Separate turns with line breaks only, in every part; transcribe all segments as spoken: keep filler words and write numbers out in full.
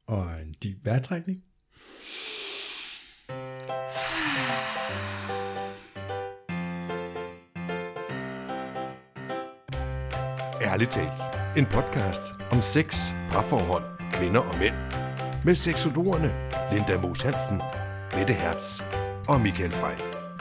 Og en dyb vejrtrækning.
Ærligt talt. En podcast om sex, parforhold, kvinder og mænd. Med seksologerne Linda Moos Hansen, Mette Hertz og Michael Frey.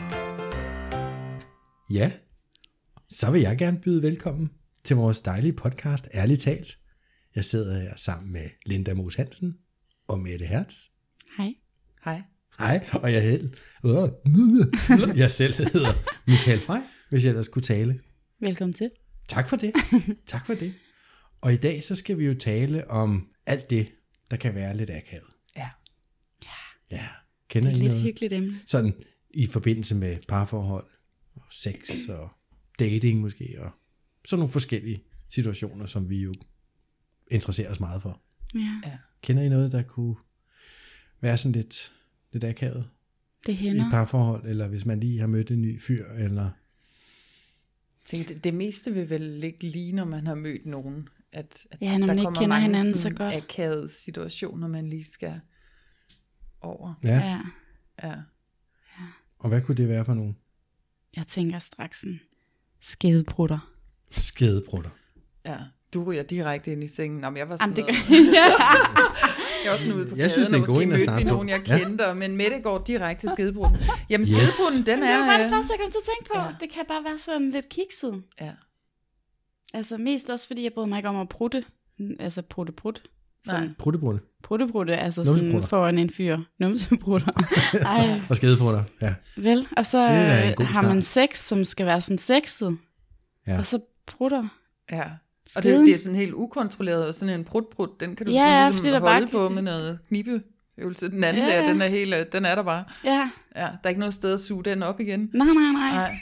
Ja, så vil jeg gerne byde velkommen til vores dejlige podcast Ærligt talt. Jeg sidder her sammen med Linda Moos Hansen og Mette Hertz.
Hej.
Hej.
Hej, og jeg, held, jeg selv hedder Michael Frey, hvis jeg ellers skulle tale.
Velkommen til.
Tak for det. Tak for det. Og i dag så skal vi jo tale om alt det, der kan være lidt akavet.
Ja.
Ja, kender
Det
I
er lidt
noget?
hyggeligt emne.
Sådan i forbindelse med parforhold, og sex og dating måske, og sådan nogle forskellige situationer, som vi jo interesserer os meget for.
Ja,
Ja.
Kender I noget, der kunne være sådan lidt, lidt akavet
det
i
hænder.
et parforhold, eller hvis man lige har mødt en ny fyr, eller...
Tænker, det, det meste vil vel ligge lige, når man har mødt nogen. At, at
Ja, når man
der
ikke
kommer
kender
mange
hinanden
sådan
så godt.
akavede situationer, man lige skal over.
Ja,
Ja,
Ja.
og hvad kunne det være for nogle
jeg tænker straks en skedebrutter.
skedebrutter?
Ja. Du ryger direkte ind i sengen. Nå, men jeg var
Jamen,
sådan
det
noget.
gør
Jeg var sådan ude på
Jeg
gaden,
synes, det er en
og
god
måske
en at
mødte
starte
vi
på.
nogen, jeg
Ja.
kendte, men Mette går direkte til skedebrutten. Jamen,
Yes.
skedebrutten, den
Det var bare det
er...
første, jeg kom til at tænke på.
Ja.
Det kan bare være sådan lidt kikset.
Ja.
Altså mest også, fordi jeg bryder mig ikke om at prutte. Altså prutte prut. Sådan
Nej.
Pruttebrutte
prutte prutte, altså sådan
Numseprutter.
foran en fyr. Numseprutter. Ej,
og skedebrutter, ja.
vel. Og så
Det er da en god
øh, har man
start.
sex, som skal være sådan sexet.
Ja.
Og så prutter.
Ja. Og det,
Skeden.
det er sådan helt ukontrolleret, og sådan en prut-prut, den kan du
Ja,
sådan
ja,
ligesom
fordi der
holde
bare
på
kan-
med noget knibeøvelse. Den anden
Ja,
der,
ja.
den er, helt, den er der bare.
Ja,
Ja, der er ikke noget sted at suge den op igen.
nej, nej, nej.
Nej.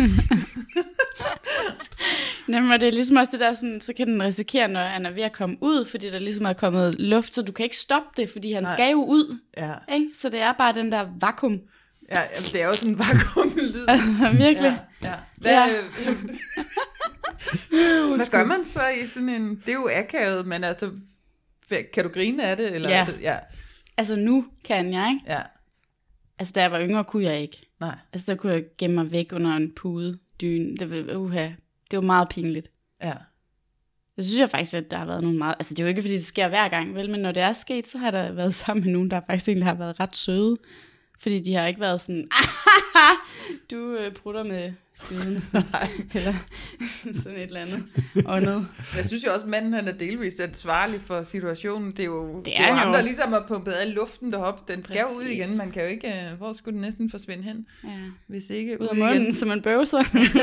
Jamen, og det er ligesom også det der, sådan, så kan den risikere, når han er ved at komme ud, fordi der ligesom er kommet luft, så du kan ikke stoppe det, fordi han
Nej.
skal jo ud.
Ja,
Ikke? Så det er bare den der vakuum.
ja altså, det er jo sådan en vakuumlyd.
Virkelig.
Ja, ja. Hvad,
Ja.
øh, hvad gør man så i sådan en... Det er jo akavet, men altså... hvad- Kan du grine af det? Eller
Ja.
er det, ja.
Altså nu kan jeg, ikke?
Ja,
Altså da jeg var yngre, kunne jeg ikke.
nej.
Altså der kunne jeg gemme mig væk under en pude, dyne. Det var, uha, det var meget pinligt.
Ja.
Jeg synes jeg faktisk, at der har været nogle meget... Altså det er jo ikke, fordi det sker hver gang, vel? Men når det er sket, så har der været sammen med nogen, der faktisk egentlig har været ret søde. Fordi de har ikke været sådan... du øh, prutter med skiden. Eller sådan et eller andet. Og noget.
Jeg synes jo også, at manden han er delvist ansvarlig for situationen. Det er jo, det
Det
er
er
jo
han
ham,
jo.
der ligesom har pumpet al luften derop. Den skal jo ud
Præcis.
igen. Man kan jo ikke... øh, Hvor skulle den næsten forsvinde hen?
Ja.
Hvis ikke
Ud
ud
af munden,
igen.
så man bøvser.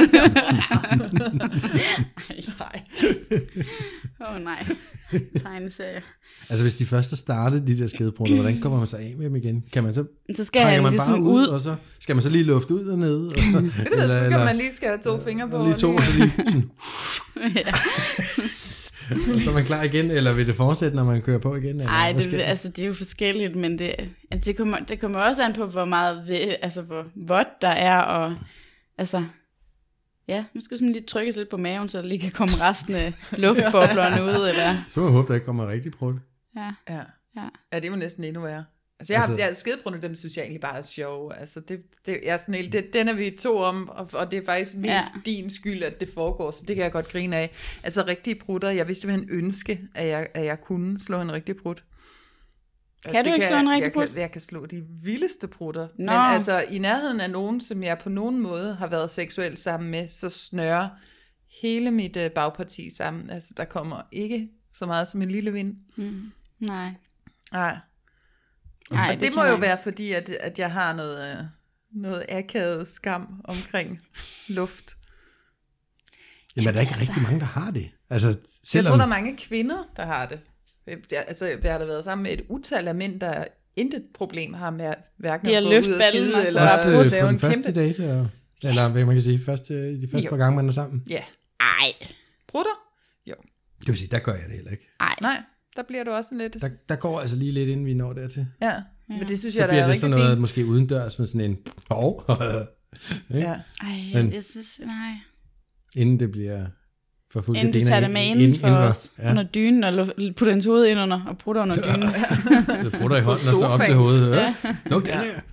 Nej.
Åh oh, nej. Tegneserie.
Altså hvis de først har startet de der skedebrutter, hvordan kommer man så af med dem igen? Kan man så
Så skal
trækker
han
man
ligesom
bare ud,
ud.
ud, og så skal man så lige lufte ud dernede? Og,
Det ved jeg sgu, at man lige skal have to fingre på.
og lige to,
lige-
og så lige sådan,
Ja.
og så er man klar igen, eller vil det fortsætte, når man kører på igen? Eller
Ej,
hvad
det,
sker der?
altså, det er jo forskelligt, men det, altså, det, kommer, det kommer også an på, hvor meget, ved- altså, hvor vådt der er, og altså, ja, man skal sådan lige trykkes lidt på maven, så der lige kan komme resten af luftboblerne ud, eller,
Så må jeg håbe, der ikke kommer rigtig prut.
ja,
Ja.
ja.
Ja, det er jo næsten endnu værre. Altså, jeg har,
Altså-
jeg, skedebrunder, dem synes jeg egentlig bare er sjove. Altså, det, det, jeg er sådan helt, det, den er vi to om, og, og det er faktisk mest
Ja.
ja. din skyld, at det foregår, så det kan jeg godt grine af. Altså, rigtige prutter, jeg vidste simpelthen ønske, at jeg, at jeg kunne slå en rigtig prut. Altså,
Kan du
det
ikke slå en rigtig
jeg,
prut?
Kan, jeg kan slå de vildeste prutter.
Nå.
Men altså, i nærheden af nogen, som jeg på nogen måde har været seksuelt sammen med, så snører hele mit øh, bagparti sammen. Altså, der kommer ikke så meget som en lille vind.
Mm. Nej.
Nej.
Nej,
Og det, det
kan
må
man
jo
ikke.
være fordi, at, at jeg har noget, øh, noget akavet skam omkring luft.
Jamen er der ikke rigtig mange, der har det? Altså
Jeg
selvom...
tror, der er mange kvinder, der har det. Jeg, altså, jeg har da været sammen med et utal af mænd, der intet problem har med hverken
Det er
at gå
løft
ud og
ballen,
skide,
altså.
eller
Også
at
øh,
lave
på
en
den første
kæmpe...
date, og, eller hvad man kan sige, første, de første
Jo.
par gange, man er sammen.
Ja,
Ej.
brutter? Jo.
Det vil sige, der gør jeg det heller ikke.
Ej.
Nej, der bliver du også en lidt...
Der, der går altså lige lidt, inden vi når dertil.
Ja,
Ja.
men det synes
Så
jeg, der
bliver
er
det
rigtig
sådan noget,
fint.
måske udendørs med sådan en... Hov,
Ja.
Ej,
Men-
jeg synes, nej.
inden det bliver For at få
Inden du
gardiner
tager det med
ind-
inden
ind-
for
indenfor.
os, ja. Under dynen, og lu- putter hendes hoved ind under, og putter under dynen.
Du bruger i hånden, og så op til hovedet. Ja. Luk den her.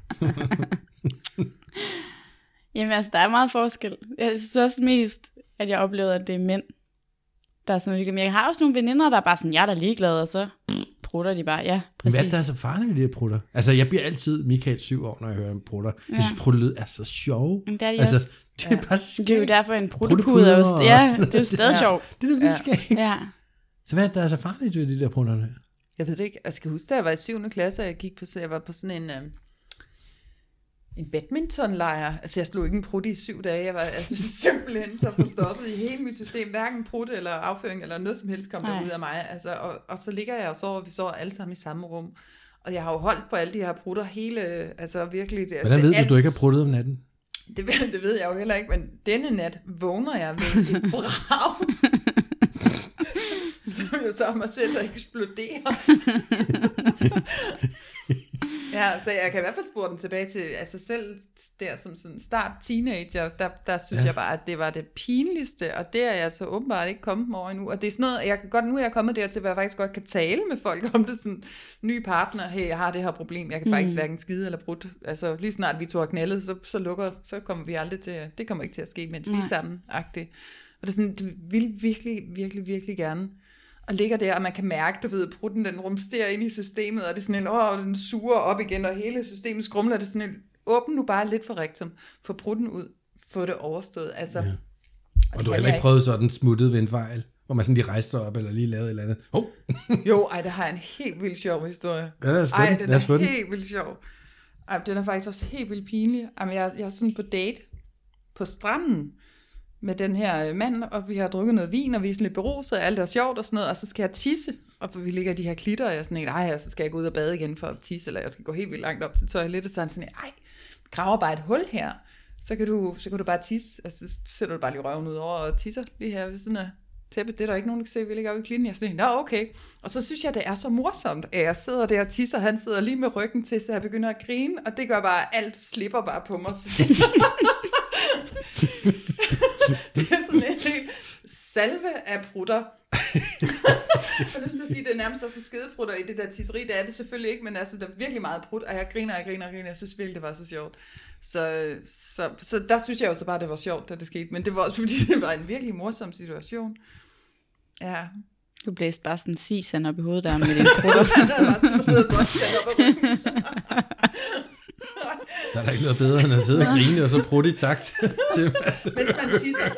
Jamen altså, der er meget forskel. Jeg synes også mest, at jeg oplevede, at det er mænd, der er sådan lidt. Men jeg har også nogle veninder, der er bare sådan, jeg er da ligeglad, og så prutter de bare. Ja,
Men
præcis.
hvad er det, der er så farligt ved de her prutter? Altså, jeg bliver altid Michael syv år, når jeg hører en prutter. Ja. Jeg synes, pruttelyd er så sjov.
Men det er de
altså,
også.
det er bare skægt.
Det er jo derfor, en pruttepude er jo, ja, det er jo stadig sjovt.
Det er da vildt
Ja.
skægt.
Ja.
Så hvad er det, der er så farligt ved de der prutter?
Jeg ved det ikke. Jeg skal huske, da jeg var i syvende klasse, og jeg gik på, så jeg var på sådan en, øh, en badmintonlejr. Altså, jeg slog ikke en prut i syv dage. Jeg var altså simpelthen så forstoppet i hele mit system. Hverken prut eller afføring eller noget som helst kom der ud af mig. Altså, og, og så ligger jeg og sover, og vi sover alle sammen i samme rum. Og jeg har jo holdt på alle de her prutter hele, altså virkelig. Det,
Hvordan ved
det,
du, du ikke har pruttet om natten?
Det, ved- det ved jeg jo heller ikke, men denne nat vågner jeg ved et brag. Så jeg så mig selv, der eksploderer. Ja, så jeg kan i hvert fald spore den tilbage til, altså selv der som sådan start teenager, der, der synes ja. jeg bare, at det var det pinligste, og det er jeg så åbenbart ikke kommet over endnu. Og det er sådan noget, jeg kan godt, nu er jeg kommet dertil, hvor jeg faktisk godt kan tale med folk om det, sådan, ny partner, hey, jeg har det her problem, jeg kan faktisk mm. hverken skide eller brudt. Altså lige snart vi to har knældet, så, så lukker, så kommer vi aldrig til, det kommer ikke til at ske, mens Nej. vi er sammen, agtigt. Og det er sådan, du vil virkelig, virkelig, virkelig gerne, og ligger der, og man kan mærke, du ved, prutten, den rumsterer ind i systemet, og det er sådan en, åh, den suger op igen, og hele systemet skrumler, det er sådan en, åbn nu bare lidt for rektum, få prutten ud, få det overstået, altså. Ja.
Og, og du har heller ikke prøvet sådan smuttet ved en fejl, hvor man sådan lige rejste op, eller lige lavede et eller andet. Oh.
Jo, ej, det har jeg en helt vildt sjov historie.
Ja, lad os få
ej,
den.
den
Lad os få
er
den.
helt vildt sjov. Ej, den er faktisk også helt vildt pinlig. Ej, jeg, jeg er sådan på date på stranden, med den her mand, og vi har drukket noget vin, og vi er sådan lidt beruset, og alt er sjovt og sådan noget, og så skal jeg tisse, og vi ligger i de her klitter, og jeg er sådan, ej, så skal jeg gå ud og bade igen for at tisse, eller jeg skal gå helt vildt langt op til toilettet, så er han sådan, ej, graver bare et hul her, så kan du, så kan du bare tisse, altså så sætter du bare lige røven ud over og tisser lige her ved siden af tæppet, det er der ikke nogen, der kan se, vi ligger oppe i klitten, jeg er sådan, nå okay, og så synes jeg, det er så morsomt, at jeg sidder der og tisser, han sidder lige med ryggen til, så jeg begynder at grine, og det gør bare, alt slipper bare på mig, det er sådan en hel salve af prutter. Jeg har lyst til at sige, det er nærmest også skedeprutter i det der tisseri. Det er det selvfølgelig ikke, men altså, der er virkelig meget prut, og jeg griner, jeg griner, jeg griner. Jeg synes virkelig, det var så sjovt. Så, så, så der synes jeg jo så bare, det var sjovt, da det skete. Men det var også, fordi det var en virkelig morsom situation. Ja.
Du blæste bare sådan en sisan op i hovedet der med dine prutter.
Der var sådan noget godt op ad ryggen.
Der er da ikke noget bedre, end at sidde og grine, og så prutte i takt til.
Mens man tisser.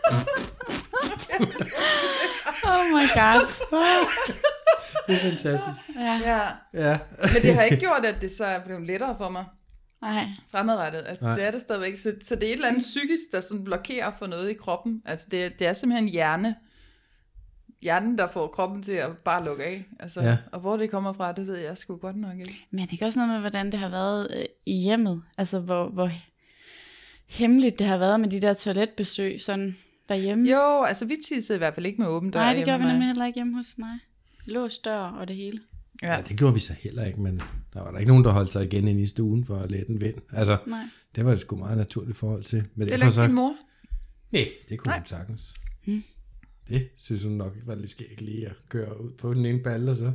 Oh my god.
Det er fantastisk.
Ja.
Ja.
Ja.
Men det har ikke gjort, at det så er blevet lettere for mig.
Nej.
Fremadrettet. Altså,
Nej.
det er det stadigvæk. Så, så det er et eller andet psykisk, der sådan blokerer for noget i kroppen. Altså, det, det er simpelthen hjerne. Hjernen, der får kroppen til at bare lukke af. Altså,
Ja.
Og hvor det kommer fra, det ved jeg sgu godt nok ikke.
Men det er også noget med, hvordan det har været øh, i hjemmet. Altså, hvor, hvor hemmeligt det har været med de der toiletbesøg sådan derhjemme.
Jo, altså vi tissede i hvert fald ikke med åben dør.
Nej, det gør vi
hjemme med
nemlig
mig.
heller ikke hjemme hos mig. Låst dør og det hele.
Ja, det gjorde vi så heller ikke, men der var der ikke nogen, der holdt sig igen ind i stuen for at lette en vind. Altså,
Nej.
det var det sgu meget naturligt forhold til. Men
Det er
derfor
ikke
så...
din mor.
Nej, det kunne
Nej.
hun sagtens.
Hmm.
Det synes hun nok var lidt skægt lige at køre ud på den ene balle, og så...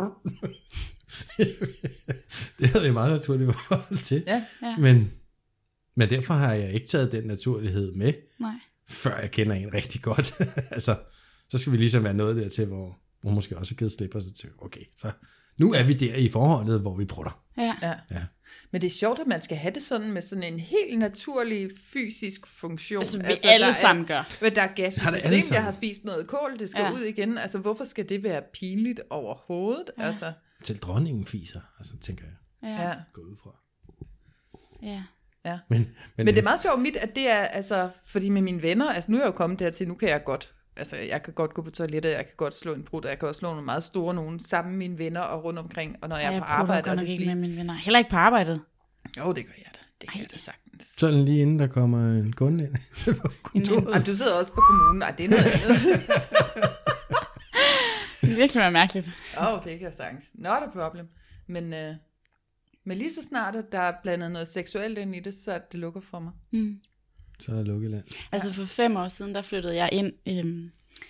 Det havde vi meget naturligt forhold til.
Ja.
Ja.
Men, men derfor har jeg ikke taget den naturlighed med,
Nej.
før jeg kender en rigtig godt. Altså, så skal vi ligesom være noget dertil, hvor hun måske også har givet slip, og så tænker okay, så nu er vi der i forholdet, hvor vi prutter.
Ja.
Ja.
Ja.
Men det er sjovt, at man skal have det sådan med sådan en helt naturlig fysisk funktion.
Altså, vi altså, alle
der
sammen
er,
gør.
Men der er gas i
Har det alle
systemet,
sammen?
jeg har spist noget kål, det skal
Ja.
ud igen. Altså, hvorfor skal det være pinligt overhovedet?
Ja.
Altså,
Til dronningen fiser, altså tænker jeg,
Ja.
ja.
gå ud fra.
Ja.
Ja.
Men, men,
Men det er meget sjovt mit, at det er, altså, fordi med mine venner, altså nu er jeg jo kommet dertil, nu kan jeg godt, altså jeg kan godt gå på toilettet, jeg kan godt slå en brud, og jeg kan også slå nogle meget store nogen sammen med mine venner og rundt omkring, og når jeg er
Jeg
på
prøver
arbejde,
godt
og
nok
det
ikke
lige...
med mine venner. Heller ikke på arbejdet.
Jo, det gør jeg da. Det kan jeg da sagtens.
sådan lige inden der kommer en kunde ind på kontoret.
Ej, du sidder også på kommunen, nej, det er noget andet.
Det er virkelig være mærkeligt.
Åh, oh, det kan jeg sagtens. Not a problem. Men, øh, men lige så snart, at der er blandet noget seksuelt ind i det, så det lukker for mig.
Mm.
Så er der lukket land.
Altså for fem år siden, der flyttede jeg ind øhm,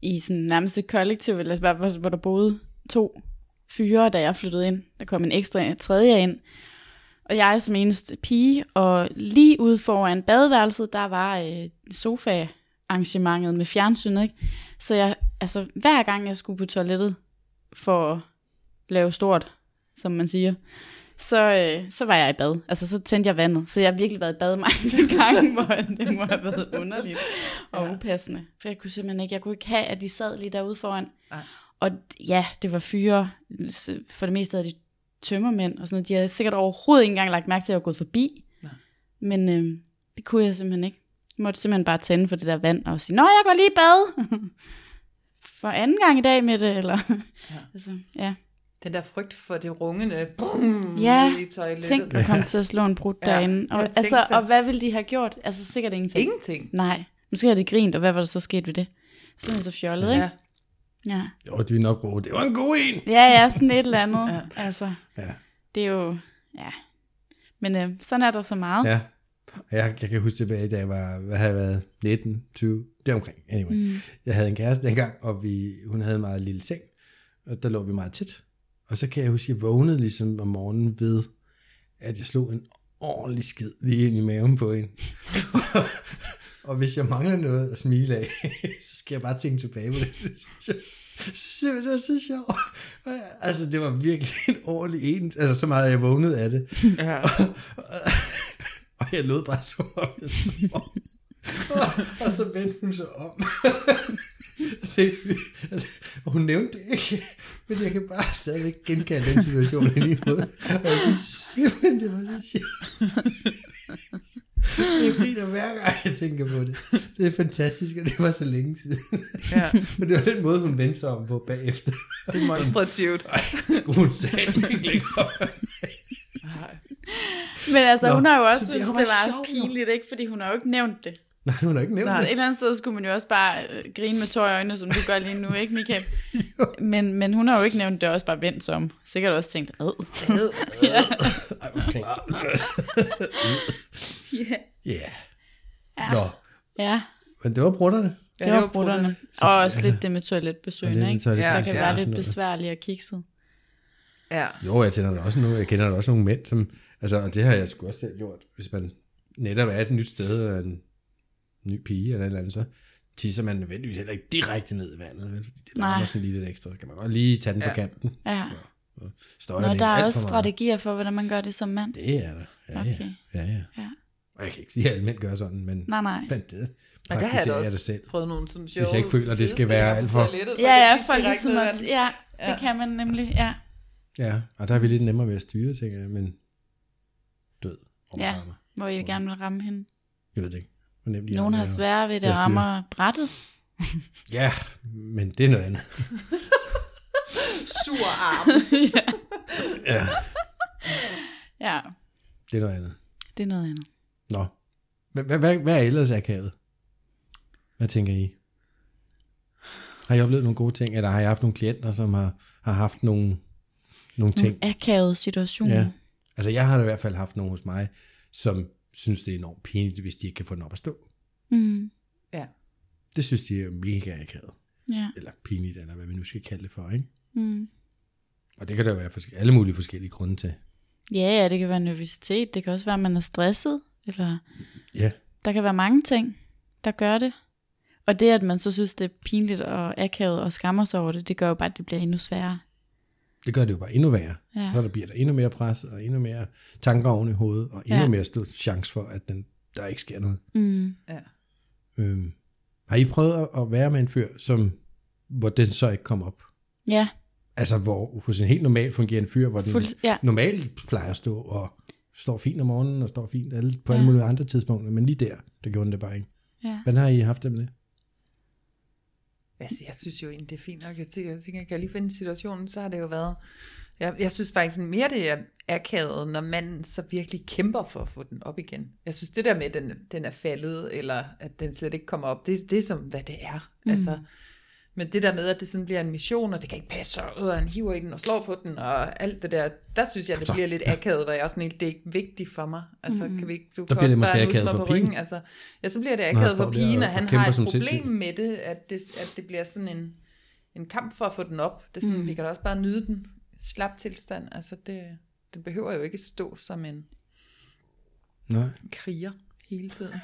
i sådan nærmest et kollektiv, eller hvor, hvor, hvor der boede to fyre, da jeg flyttede ind. Der kom en ekstra tredje ind. Og jeg som eneste pige, og lige ude foran badeværelset, der var øh, sofa-arrangementet med fjernsynet, ikke? Så jeg, altså, hver gang jeg skulle på toilettet for at lave stort, som man siger, så, øh, så var jeg i bad. Altså, så tændte jeg vandet. Så jeg har virkelig været i bad mange gange, hvor det må have været underligt og ja. upassende. For jeg kunne simpelthen ikke, jeg kunne ikke have, at de sad lige derude foran. Ej. Og ja, det var fyre. For det meste af de tømmermænd og sådan noget. De havde sikkert overhovedet ikke engang lagt mærke til, at jeg var gået forbi. Nej. Men øh, det kunne jeg simpelthen ikke. Jeg måtte simpelthen bare tænde for det der vand og sige, nå, jeg går lige i bad. For anden gang i dag med det, eller... Ja. altså, ja.
Den der frygt for det rungende, brum,
ja,
i toilettet.
Tænk at komme til at slå en brud ja, derinde. Og, altså, og hvad ville de have gjort? Altså sikkert ingenting.
Ingenting?
Nej. Måske havde de grint, og hvad var der så sket ved det? Så er det så fjollet, ja. ikke? Ja.
Jo, det er nok råd. Det var en god en.
Ja, ja, sådan et eller andet. ja. Altså,
ja.
Det er jo, ja. Men øh, sådan er der så meget.
Ja. Jeg, jeg kan huske tilbage, da jeg var, hvad havde jeg været, nitten, tyve, deromkring. Anyway. Mm. Jeg havde en kæreste dengang, og vi, hun havde en meget lille seng, og der lå vi meget tæt. Og så kan jeg huske, at jeg vågnede ligesom om morgenen ved, at jeg slog en ordentlig skid lige ind i maven på hende. Og hvis jeg mangler noget at smile af, så skal jeg bare tænke tilbage på det. Så synes jeg, det var så sjovt. Altså, det var virkelig en ordentlig en. Altså, så meget jeg vågnede af det. Ja. Og, og, og jeg lød bare som om, jeg sov. Og, og så vendte hun sig om. Altså, og hun nævnte det ikke, men jeg kan bare stadigvæk genkalde den situation i lige måde. Og jeg synes simpelthen, det var så sjovt. Jeg griner hver gang, jeg tænker på det. Det er fantastisk, og det var så længe siden. Ja. Men det var den måde, hun vendte sig om på bagefter.
Demonstrativt.
Skulle hun satme ikke lægge op.
Men altså, Nå, hun har jo også syntes, det, det var sjov, pinligt, ikke? Fordi hun har jo ikke nævnt det.
Nej, hun har ikke nævnt
Nej.
det.
Et eller andet sted skulle man jo også bare øh, grine med tår i øjnene, som du gør lige nu, ikke, Michael? men, men hun har jo ikke nævnt det, også bare vendt som. Sikkert også tænkt, ad.
Ad. Ja. Ej, hvor klart.
Ja.
Ja. Nå.
Ja.
Men det var brutterne.
Ja, det var brutterne. Og også lidt det med toiletbesøgende, ikke? Toilet, der kan ja, være lidt besværligt og kikset.
Ja.
Jo, jeg kender der også nogle, jeg kender der også nogle mænd, som, altså, og det har jeg sgu også selv gjort, hvis man netop er et nyt sted, eller en ny pige, eller et eller andet, så tisser man nødvendigvis heller ikke direkte ned i vandet, vel? Fordi det larmer sådan lige lidt ekstra, så kan man godt lige tage den ja. på kanten.
Ja.
Og,
og Nå, der er også strategier for, hvordan man gør det som mand.
Det er der, ja, okay. ja, ja, ja. ja. Og jeg kan ikke sige, at alle mænd gør sådan, men,
nej, nej.
men det praktiserer jeg det selv.
Prøvet nogle sådan
sjove, hvis jeg ikke føler, at det skal være alt for...
Ja, ja, for ligesom at, ja, det ja. kan man nemlig, ja.
Ja, og der er vi lidt nemmere ved at styre, tænker jeg, men død.
Ja, hvor I gerne vil ramme hende.
Jeg ved det ikke.
Nogen har svære ved det at ramme brættet.
Ja, men det er noget andet.
Sur arm.
ja.
ja.
Ja.
Det er noget andet.
Det er noget andet.
Nå. Hvad, hvad, hvad er ellers akavet? Hvad tænker I? Har I oplevet nogle gode ting, eller har I haft nogle klienter, som har, har haft nogle, nogle ting?
Nogle akavede situationer.
Ja. Altså jeg har i hvert fald haft nogle hos mig, som synes, det er enormt pinligt, hvis de ikke kan få den op at stå.
Mm.
Ja.
Det synes de er mega akavet.
Ja.
Eller pinligt, eller hvad vi nu skal kalde det for, ikke?
Mm.
Og det kan der jo være forske- alle mulige forskellige grunde til.
Ja, ja, det kan være nervøsitet, det kan også være, at man er stresset, eller
ja.
Der kan være mange ting, der gør det. Og det, at man så synes, det er pinligt og akavet og skammer sig over det, det gør jo bare, at det bliver endnu sværere.
Det gør det jo bare endnu værre.
Ja.
Så der bliver der endnu mere pres, og endnu mere tanker oven i hovedet, og endnu ja. mere stor chance for, at den, der ikke sker noget.
Mm.
Ja.
Øhm, har I prøvet at være med en fyr, som, hvor den så ikke kom op?
Ja.
Altså, hvor hos en helt normalt fungerende fyr, hvor den Fuld, ja. normalt plejer at stå, og står fint om morgenen, og står fint alle, på ja. alle mulige andre tidspunkter, men lige der, der gjorde den det bare ikke.
Ja.
Hvordan har I haft det med det?
Altså, jeg synes jo egentlig, det er fint nok. Jeg tænker, jeg tænker, kan jeg lige finde situationen, så har det jo været... Jeg, jeg synes faktisk mere, det er akavet, når manden så virkelig kæmper for at få den op igen. Jeg synes, det der med, at den, den er faldet, eller at den slet ikke kommer op, det, det er som, hvad det er. Mm. Altså, Men det der med, at det sådan bliver en mission, og det kan ikke passe, og han hiver i den og slår på den, og alt det der, der synes jeg, det bliver lidt akavet, hvor jeg også sådan helt, det er ikke vigtigt for mig. Altså, kan vi ikke, du kan også bare nusse mig på ryggen. Altså, ja, så bliver det akavet for pigen, og han har et problem sindssygt. med det at, det, at det bliver sådan en, en kamp for at få den op. Det er sådan, mm. vi kan da også bare nyde den slap tilstand. Altså, det, det behøver jo ikke stå som en
Nej.
kriger hele tiden.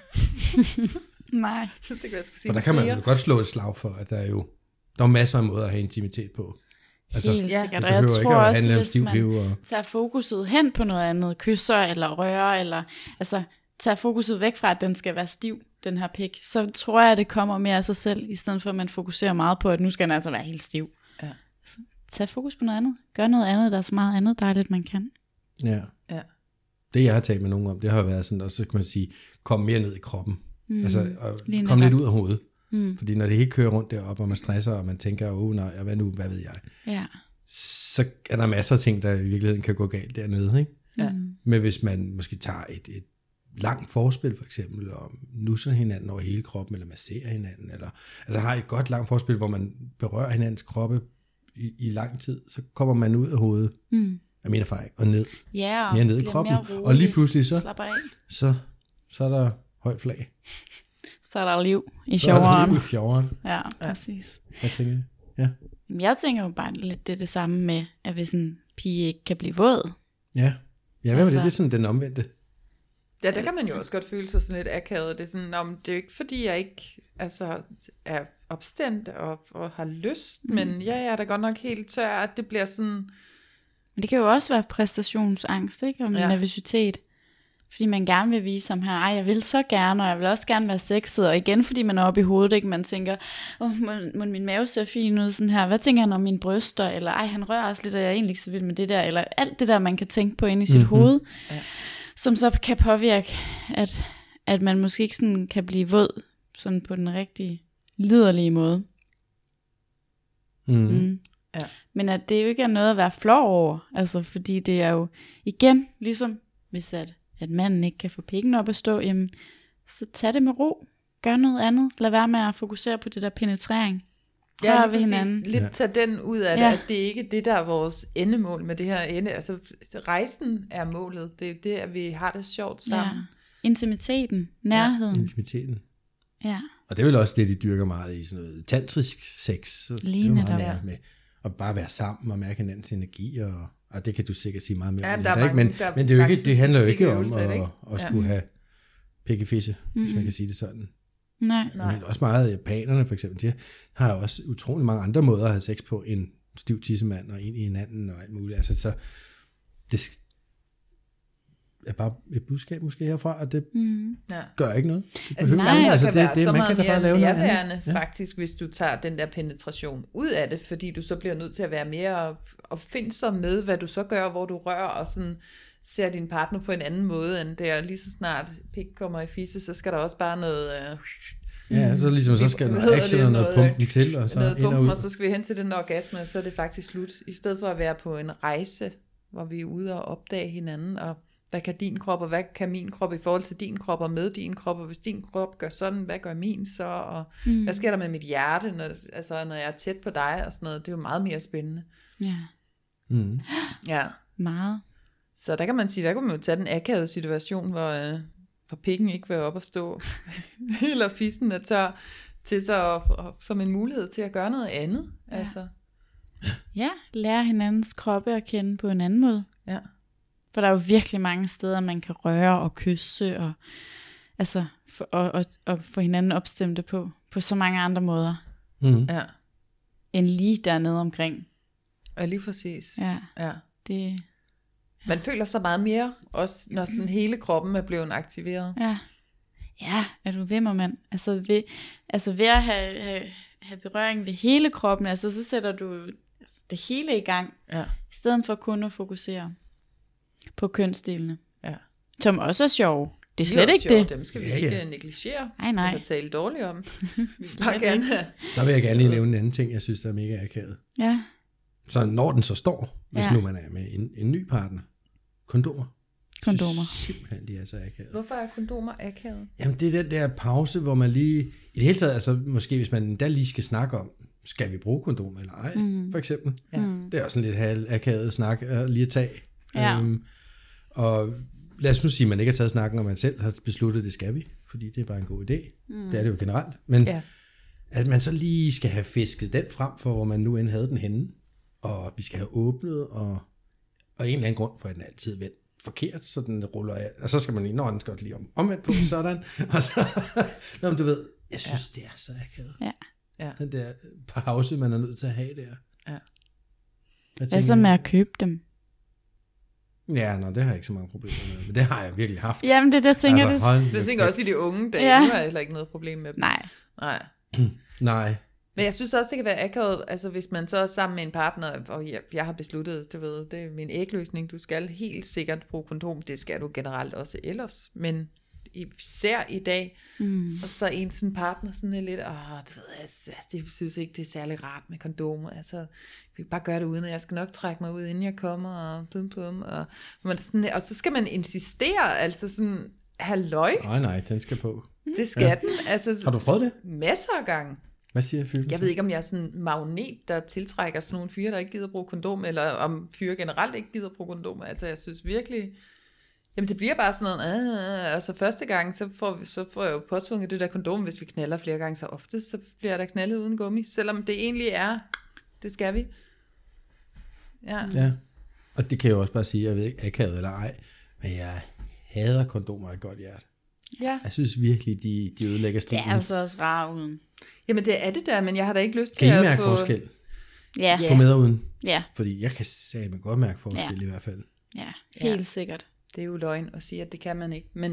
Nej.
Det kan jeg sige.
For der kan man jo godt slå et slag for, at der er jo der er masser af måder at have intimitet på. Altså,
Helt sikkert,
og
jeg tror også, hvis man
og...
tager fokuset hen på noget andet, kysser eller rører, eller altså tager fokuset væk fra, at den skal være stiv, den her pik, så tror jeg, at det kommer mere af sig selv, i stedet for at man fokuserer meget på, at nu skal den altså være helt stiv.
Ja.
Så, tag fokus på noget andet. Gør noget andet, der er så meget andet dejligt, man kan.
Ja.
Ja.
Det jeg har talt med nogen om, det har været sådan, og så kan man sige, kom mere ned i kroppen. Mm. Altså, og kom lidt ud af hovedet. Mm. Fordi når det hele kører rundt deroppe, og man stresser, og man tænker, åh oh, nej, hvad nu, hvad ved jeg,
ja.
så er der masser af ting, der i virkeligheden kan gå galt dernede. Ikke?
Ja.
Men hvis man måske tager et, et langt forspil for eksempel, og nusser hinanden over hele kroppen, eller masserer hinanden, eller altså har et godt langt forspil, hvor man berører hinandens kroppe i, i lang tid, så kommer man ud af hovedet, mm. af min erfaring, og ned,
ja, og
mere ned i kroppen, og lige pludselig så, så, så er der højt flag.
Så er der liv i
sjoveren. Så er der liv i
sjoveren. Ja, præcis.
Hvad tænker jeg? Ja.
Jeg tænker jo bare lidt det, det samme med, at hvis en pige ikke kan blive våd.
Ja, ja hvad altså, det? Det er sådan den omvendte.
Ja, der kan man jo også godt føle sig sådan lidt akavet. Det er sådan, om det er jo ikke fordi, jeg ikke altså, er opstemt og, og har lyst, mm. men ja, jeg er da godt nok helt tør, at det bliver sådan...
Men det kan jo også være præstationsangst, ikke? Og ja. nervøsitet. Fordi man gerne vil vise ham her, ej, jeg vil så gerne, og jeg vil også gerne være sexet, og igen, fordi man er oppe i hovedet, ikke? Man tænker, åh, må, må min mave ser fin ud, sådan her, hvad tænker han om mine bryster, eller ej, han rører også lidt, og jeg er egentlig ikke så vild med det der, eller alt det der, man kan tænke på inde i sit mm-hmm. hoved, ja. som så kan påvirke, at, at man måske ikke sådan kan blive våd, sådan på den rigtige, liderlige måde.
Mm. Mm.
Ja. Men at det jo ikke er noget at være flov over, altså, fordi det er jo, igen, ligesom, hvis at at manden ikke kan få pikken op at stå, jamen, så tag det med ro. Gør noget andet. Lad være med at fokusere på det der penetrering.
Ja, ved hinanden. Lidt ja. Tag den ud af det, ja. At det ikke er det, der er vores endemål med det her ende. Altså, rejsen er målet. Det er det, at vi har det sjovt sammen. Ja.
Intimiteten, nærheden.
Ja. Intimiteten.
Ja.
Og det er vel også det, de dyrker meget i sådan noget tantrisk sex.
Lige
det er meget
ja.
med, med at bare være sammen og mærke hinandens energi og og det kan du sikkert sige meget mere
ja,
om.
Der
der,
mange,
men,
der
men det, er jo ikke, det handler jo ikke om
øvelser,
at,
ikke?
at
ja.
skulle have pikkefisse, mm. hvis man kan sige det sådan.
Nej.
Men også meget japanerne for eksempel, de har jo også utrolig mange andre måder at have sex på end stiv tissemand og ind i hinanden og alt muligt. Altså, så det er bare et budskab måske herfra, at det mm. ja. gør ikke noget. Det
altså, nej,
altså,
det,
det, det,
så
man kan da bare lave noget andet.
Ja. Faktisk, hvis du tager den der penetration ud af det, fordi du så bliver nødt til at være mere opfindsom med, hvad du så gør, hvor du rører og sådan ser din partner på en anden måde, end det er lige så snart pik kommer i fisse, så skal der også bare noget... Øh,
ja, så ligesom så skal noget action og noget pumpen til, og så
noget
ind og
pumpen,
ud.
Og så skal vi hen til den orgasme, og så er det faktisk slut. I stedet for at være på en rejse, hvor vi er ude og opdage hinanden, og hvad kan din krop, og hvad kan min krop i forhold til din krop, og med din krop, og hvis din krop gør sådan, hvad gør min så, og mm. hvad sker der med mit hjerte, når, altså, når jeg er tæt på dig, og sådan noget, det er jo meget mere spændende.
Ja.
Mm.
Ja.
Meget.
Så der kan man sige, der kan man jo tage den akavede situation, hvor, øh, hvor pikken ikke vil op og stå, eller fissen er tør, til så og, og, som en mulighed til at gøre noget andet.
Ja.
Altså.
Ja, lære hinandens kroppe at kende på en anden måde.
Ja.
For der er jo virkelig mange steder, man kan røre og kysse, og, altså, for, og, og, og få hinanden opstemte på, på så mange andre måder,
mm.
ja.
end lige dernede omkring.
Ja, lige præcis.
Ja,
ja.
det... Ja.
Man føler sig meget mere, også når sådan hele kroppen er blevet aktiveret.
Ja, ja, er du ved mig, mand? Altså ved, altså ved at have, have, have berøring ved hele kroppen, altså så sætter du det hele i gang,
ja.
I stedet for kun at fokusere på kønsdelene,
ja.
som også er sjove. Det er
De
slet
er
ikke
sjove.
det.
Dem skal vi
ja,
ikke
ja.
negligere.
Nej, nej.
Det kan tale dårligt om. Vi bare gerne.
Der vil jeg gerne lige nævne en anden ting, jeg synes, der er mega akavet.
Ja.
Så når den så står, hvis
ja.
nu man er med en, en ny partner, kondomer.
Kondomer.
Simpelthen, de er så akavet.
Hvorfor er kondomer akavet?
Jamen, det er den der pause, hvor man lige, i det hele taget, altså måske hvis man da lige skal snakke om skal vi bruge kondom eller ej, mm. for eksempel.
Ja.
Det er også en lidt halv akavet snak at lige at tage.
Ja.
Øhm, og lad os nu sige, at man ikke har taget snakken, og man selv har besluttet, det skal vi, fordi det er bare en god idé. Mm. Det er det jo generelt. Men
Ja.
at man så lige skal have fisket den frem, for hvor man nu end havde den henne, og vi skal have åbnet, og, og en eller anden grund, for at den altid vendt forkert, så den ruller af, og så skal man lige, når den skal lige om, omvendt på, sådan, og så, når du ved, jeg synes, ja. det er så akavet.
Ja.
Ja.
Den der pause, man er nødt til at have der.
Ja.
Hvad så med at købe dem?
Ja, nå, det har jeg ikke så mange problemer med, men det har jeg virkelig haft.
Jamen, det er det, jeg tænker.
altså, hold
Det tænker jeg også i de unge dage,
Ja.
nu har jeg heller ikke noget problem med dem.
Nej.
Nej.
Nej.
Men jeg synes også, det kan være akavet, altså hvis man så er sammen med en partner, og jeg, jeg har besluttet, du ved, det er min ægløsning, du skal helt sikkert bruge kondom, det skal du generelt også ellers, men især i dag, mm. og så en sådan partner sådan er lidt, åh, du ved, jeg, jeg synes ikke, det er særlig rart med kondomer, altså, vi kan bare gøre det uden, og jeg skal nok trække mig ud, inden jeg kommer, og bum bum, og, man sådan, og så skal man insistere, altså sådan, halløj,
Nej, nej, den skal på.
det skal
Ja.
den, altså.
Har du prøvet det?
Masser af gange.
Hvad siger Fylden?
Jeg ved ikke, om jeg er sådan en magnet, der tiltrækker sådan nogle fyre, der ikke gider bruge kondom, eller om fyre generelt ikke gider bruge kondom. Altså, jeg synes virkelig... Jamen, det bliver bare sådan noget... Øh, altså, første gang, så får, vi, så får jeg jo påtvunget det der kondom, hvis vi knaller flere gange så ofte, så bliver der knaldet uden gummi, selvom det egentlig er... Det skal vi. Ja.
Ja, og det kan jeg jo også bare sige, jeg ved ikke, akavet eller ej, men jeg hader kondomer af et godt hjerte.
Ja.
Jeg synes virkelig, de, de ødelægger
Det
stilen.
er altså også rar uden.
Jamen, det er det der, men jeg har da ikke lyst til
Kan I
at
mærke
få...
forskel
Ja.
på med og uden?
Ja.
Fordi jeg kan sige, man godt mærke forskel
Ja.
i hvert fald.
Ja, helt
Ja.
sikkert.
Det er jo løgn at sige, at det kan man ikke, men...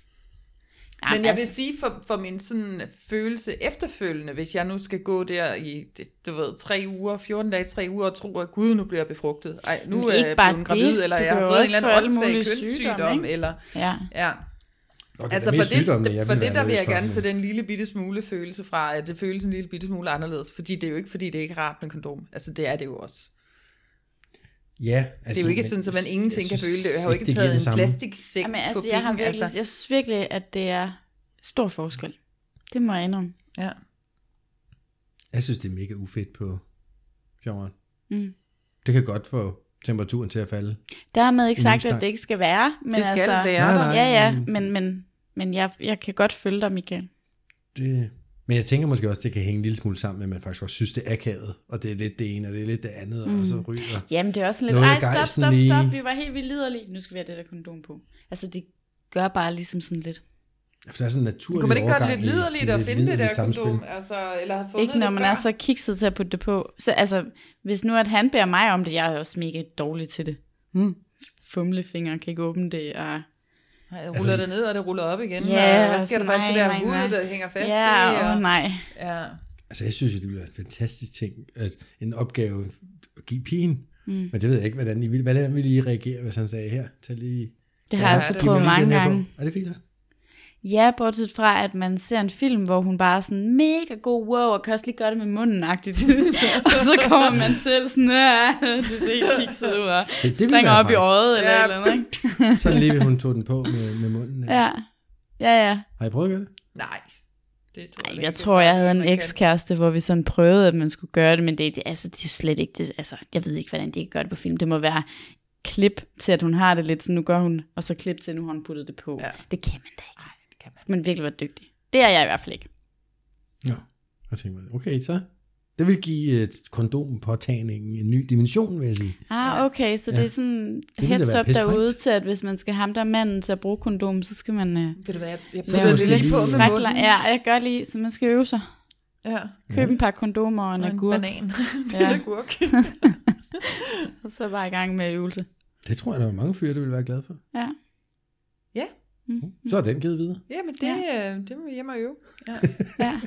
Ja,
Men jeg vil
altså,
sige, for, for min sådan følelse efterfølgende, hvis jeg nu skal gå der i, det, du ved, tre uger, fjorten dage, tre uger, og tro, at gud, nu bliver jeg befrugtet. Ej, nu
Men
er
ikke
jeg
bare
blevet gravid,
det.
eller
Du
jeg har
kan jo
fået en
også
eller
få alle
anden åndssvag
mulige
kønssygdom,
sygdomme,
eller...
ja.
Ja.
Okay,
Altså
der er
for
mest sygdomme,
det,
jeg
for
ville
det
være
der vil jeg
nervøs for,
gerne
men-
tage den lille bitte smule følelse fra, at det føles en lille bitte smule anderledes, fordi det er jo ikke, fordi det er ikke rart med kondom. Altså det er det jo også.
Ja,
Det er jo ikke sådan, at man ingenting kan føle det. Jeg har jo ikke
det giver
taget
det
en
samme.
plastiksæk
Jamen,
på
altså, jeg, har
pikken.
virkelig,
Altså.
jeg synes virkelig, at det er stor forskel. Det må jeg indrømme.
Ja.
Jeg synes, det er mega ufedt på genren.
Mm.
Det kan godt få temperaturen til at falde.
Dermed ikke
Ingen
sagt,
stang.
at det ikke skal være. Men
Det skal
altså,
være
Nej,
der.
nej.
Ja, ja,
men-
men, men, men jeg, jeg kan godt følge dig, Michael.
Det, men jeg tænker måske også, det kan hænge en lille smule sammen med, at man faktisk også synes, det er akavet, og det er lidt det ene, og det er lidt det andet, mm. og så ryger.
Jamen, det er også sådan lidt,
Noget
ej,
af
stop,
gejsten
stop,
lige.
stop, vi var helt vildt liderlige. Nu skal vi have det der kondom på. Altså, det gør bare ligesom sådan lidt.
For der er sådan en naturlig
Kunne man ikke gøre det
overgang
lidt
i
liderligt
sådan
at
lidt
finde det der
liderligt samspil.
kondom? Altså, eller have fundet
Ikke når
det
man
før?
er så kikset til at putte det på. Så altså, hvis nu at han beder mig om det, jeg er også mega dårlig til det. Hmm. Fumlefinger kan ikke åbne det, og...
Nej, det ruller det ned, og det ruller op igen.
Ja,
og hvad sker der for alt det
nej,
der
nej,
hud,
nej.
der hænger fast
Ja,
i?
åh
Og,
nej.
ja.
Altså, jeg synes jo, det ville være en fantastisk ting, at en opgave at give pigen. Mm. Men det ved jeg ikke, hvordan I ville. Hvordan ville I reagere, hvis han sagde her? Tag lige...
Det har jeg altså
det.
prøvet
Giv mig lige
mange
den her
gange.
bog. Er det fint, da?
Ja, bortset fra, at man ser en film, hvor hun bare er sådan mega god, wow, og kan også lige gøre det med munden-agtigt. Og så kommer man selv sådan, ja, det ser helt kikset ud, og
Det, det ville
springer
være
op i
frækt.
øjet, eller
Ja.
et eller andet, ikke?
Sådan lige, hun tog den på med, med munden. Ja.
Ja, ja, ja.
Har I prøvet at gøre det?
Nej. Det tror
Ej,
ikke,
jeg
det er
tror,
bare
jeg havde
noget,
en
man kan.
ekskæreste, hvor vi sådan prøvede, at man skulle gøre det, men det, det, altså, det er jo slet ikke det. Altså, jeg ved ikke, hvordan de kan gøre det på film. Det må være klip til, at hun har det lidt, så nu gør hun, og så klip til, nu har hun puttet det på.
Ja.
Det kan man da ikke.
Nej, det kan man.
Man virkelig være dygtig. Det er jeg i hvert fald ikke.
Ja. Jeg tænkte, okay, så... Det vil give et kondompåtagningen en ny dimension, vil jeg sige.
Ah, okay, så ja. det er sådan
ville da
heads
være
up
pissefrækt.
derude til, at hvis man skal ham der manden til at bruge kondom, så skal man øh,
Ved du hvad, jeg, jeg
Så er
putter
det
det
måske
lige på
lige-
med
frækler.
munden.
Ja, jeg gør lige, så man skal øve sig.
Ja.
Køb en par kondomer og en
Og en
agurk,
banan.
Ja.
Ja. agurk.
og så bare i gang med øvelse.
Det tror jeg, der er mange fyre, der vil være glade for.
Ja.
Ja.
Så er den givet videre.
Jamen, det, ja. det må vi hjem og øve. Ja.
Ja.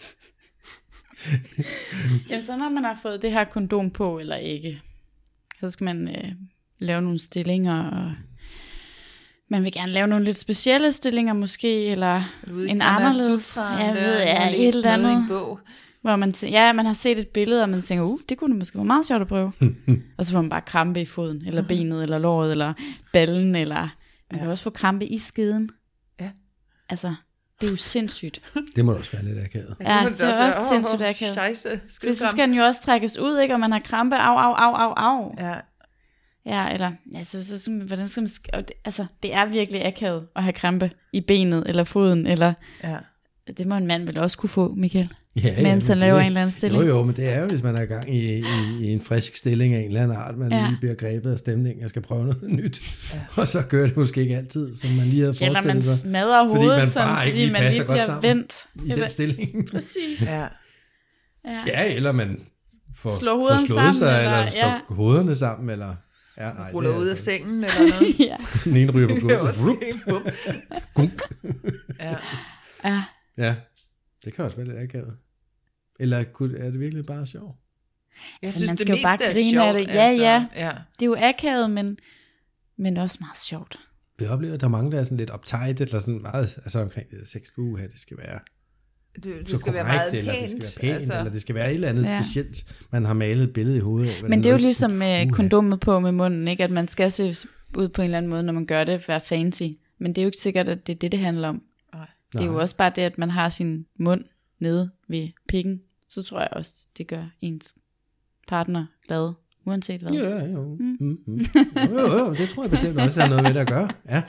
Jamen, så når man har fået det her kondom på, eller ikke, så skal man øh, lave nogle stillinger, og man vil gerne lave nogle lidt specielle stillinger måske, eller
Ude i
en
Kama
anderledes,
Sutraen,
jeg
der,
ved,
jeg har
ja,
læst
et eller
noget i en
andet,
bog.
hvor man, tæ- ja, man har set et billede, og man tænker, uh, det kunne måske være meget sjovt at prøve. Og så får man bare krampe i foden, eller benet, eller låret, eller ballen, eller man kan også få krampe i skeden.
Ja.
Altså, Det er jo sindssygt.
Det må da også være lidt akavet.
Ja, det er også sindssygt akavet.
Scheisse.
For så skal den jo også trækkes ud, ikke? Og man har krampe, au, au, au, au, au.
Ja.
Ja, eller, altså, så, så, hvordan skal man, altså, det er virkelig akavet at have krampe i benet, eller foden, eller,
Ja.
det må en mand vel også kunne få, Michael,
Ja,
mens han
men
laver
det-
en eller anden stilling.
Jo, jo, men det er jo, hvis man er i gang i, i, i en frisk stilling af en eller anden art, man
Ja.
lige bliver grebet af stemningen og skal prøve noget nyt. Ja. Og så gør det måske ikke altid, som man lige havde
Eller man
forestillet sig.
smadrer
Fordi
hovedet,
man
sådan,
bare ikke
fordi
lige
man
passer
lige
godt
bliver
sammen
vendt.
I den stilling.
Præcis.
Ja.
Ja.
Ja, eller man får,
Slår
får
hovederne
slået
sammen,
sig,
eller-
eller slår
ja.
hovederne sammen, eller... Ja, nej,
Ruller
det er
ud af
altså-
sengen eller noget.
ja.
Den ene ryger på
Det er
gulvet.
også
Vrup.
helt bum.
Gunk.
Ja.
ja.
Ja, det kan også være lidt akavet. Eller kunne- er det virkelig bare sjovt?
Jeg
Altså, man skal jo bare grine af det. Ja, ja.
ja.
Det er jo akavet, men, men også meget sjovt.
Vi oplever, at der er mange, der er sådan lidt uptight, eller sådan meget, altså omkring det sex, uha, det skal være
Det, det
så
skal være
korrekt,
meget
eller
pænt.
det skal være pænt,
altså.
eller det skal være et eller andet
Ja.
specielt, man har malet et billede i hovedet af. hvordan
Men det er jo
noget-
ligesom med
uha.
kondomet på med munden, ikke? At man skal se ud på en eller anden måde, når man gør det, være fancy. Men det er jo ikke sikkert, at det er det, det handler om.
Nej.
Det er jo
Nej.
også bare det, at man har sin mund nede ved pikken. Så tror jeg også, det gør ens partner glad, uanset hvad.
Ja, jo. Mm. Mm. Jo, jo, jo, det tror jeg bestemt også har noget med det at gøre. Ja.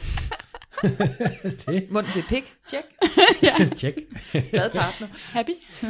det,
Mund ved pik. Check.
check.
Glad partner.
Happy?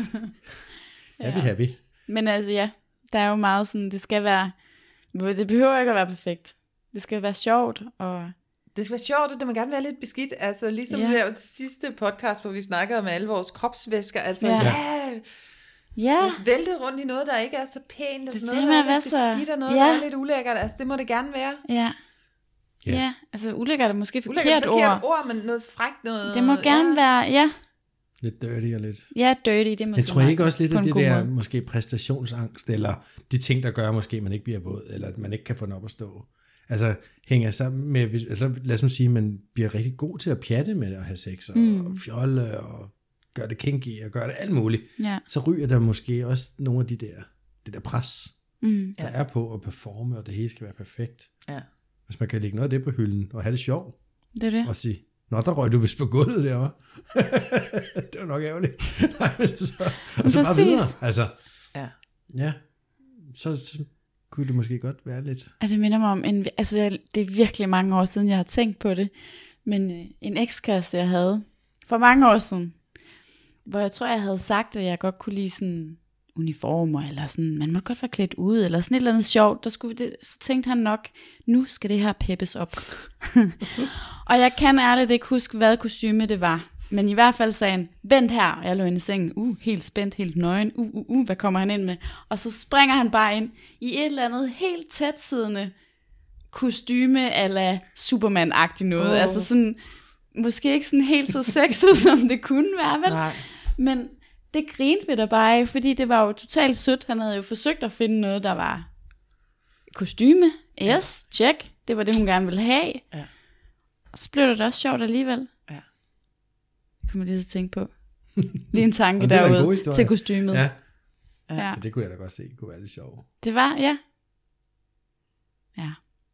Happy, happy.
Men altså ja, der er jo meget sådan, det skal være, det behøver ikke at være perfekt. Det skal være sjovt, og
Det skal være sjovt, og det må gerne være lidt beskidt. Altså ligesom
Ja.
ja. her sidste podcast, hvor vi snakkede om alle vores kropsvæsker. Altså
Ja.
ja, ja
ja,
væltet rundt i noget, der ikke er så pænt. Og
Det
sådan
er
noget,
det med
der
at
er
være
lidt
så-
beskidt, og noget,
Ja.
der er lidt ulækkert. Altså det må det gerne være.
ja.
Ja.
Ja, altså ulækkert er måske forkert,
Ulækkert
ord.
forkert ord, men noget frækt noget.
Det må gerne være, ja,
Lidt dirty og lidt...
ja, dirty, det er måske
Jeg tror ikke
meget
også lidt
på
af
en
det
god
der,
måde.
måske præstationsangst, eller de ting, der gør måske, at man ikke bliver våd, eller at man ikke kan få den op at stå. Altså, hænger sammen med, hvis- altså lad os sige, at man bliver rigtig god til at pjatte med at have sex, og, mm. og fjolle, og gøre det kinky, og gøre det alt muligt.
Ja.
Så ryger der måske også nogle af de der, det der pres,
Mm.
der er på at performe, og det hele skal være perfekt.
Ja.
Hvis man kan lægge noget af det på hylden, og have det sjovt,
Det er det.
og sige, nå, der røg du vist på gulvet derovre. Det var nok ærgerligt. Nej, men så, og så bare
Præcis.
videre. Altså,
Ja.
ja, så, så kunne det måske godt være lidt...
Og det minder mig om, en, altså jeg- det er virkelig mange år siden, jeg har tænkt på det, men øh, en ekskæreste, jeg havde for mange år siden, hvor jeg tror, jeg havde sagt, at jeg godt kunne lide sådan uniformer, eller sådan, man må godt være klædt ud, eller sådan et eller andet sjovt, der skulle, det, så tænkte han nok, nu skal det her peppes op. Og jeg kan ærligt ikke huske, hvad kostyme det var, men i hvert fald sagde han, vent her, og jeg lå inde i sengen, uh, helt spændt, helt nøgen, uh, uh, uh, hvad kommer han ind med? Og så springer han bare ind i et eller andet helt tætsiddende kostyme, ala Superman-agtigt noget,
Åh.
oh. altså sådan, måske ikke sådan helt så sexet, som det kunne være, vel?
Nej.
Men det grinte vi da bare af, fordi det var jo totalt sødt. Han havde jo forsøgt at finde noget, der var kostyme. Yes, check. Det var det, hun gerne ville have.
Ja.
Og så blev det da også sjovt alligevel.
Ja.
Det kunne man lige så tænke på. Lige en tanke
Og det var en god
derude
historie.
til kostymet.
Ja,
Ja.
for det kunne jeg da godt se, kunne være lidt sjovt.
Det var, ja. Ja.